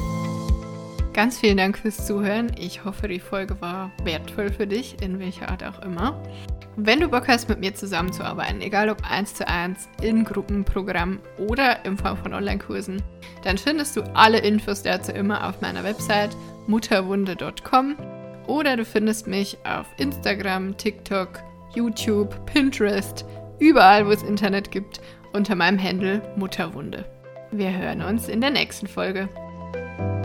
Ganz vielen Dank fürs Zuhören. Ich hoffe, die Folge war wertvoll für dich, in welcher Art auch immer. Wenn du Bock hast, mit mir zusammenzuarbeiten, egal ob eins zu eins, in Gruppenprogramm oder in Form von Online-Kursen, dann findest du alle Infos dazu immer auf meiner Website mutterwunde punkt com oder du findest mich auf Instagram, TikTok YouTube, Pinterest, überall, wo es Internet gibt, unter meinem Handle Mutterwunde. Wir hören uns in der nächsten Folge.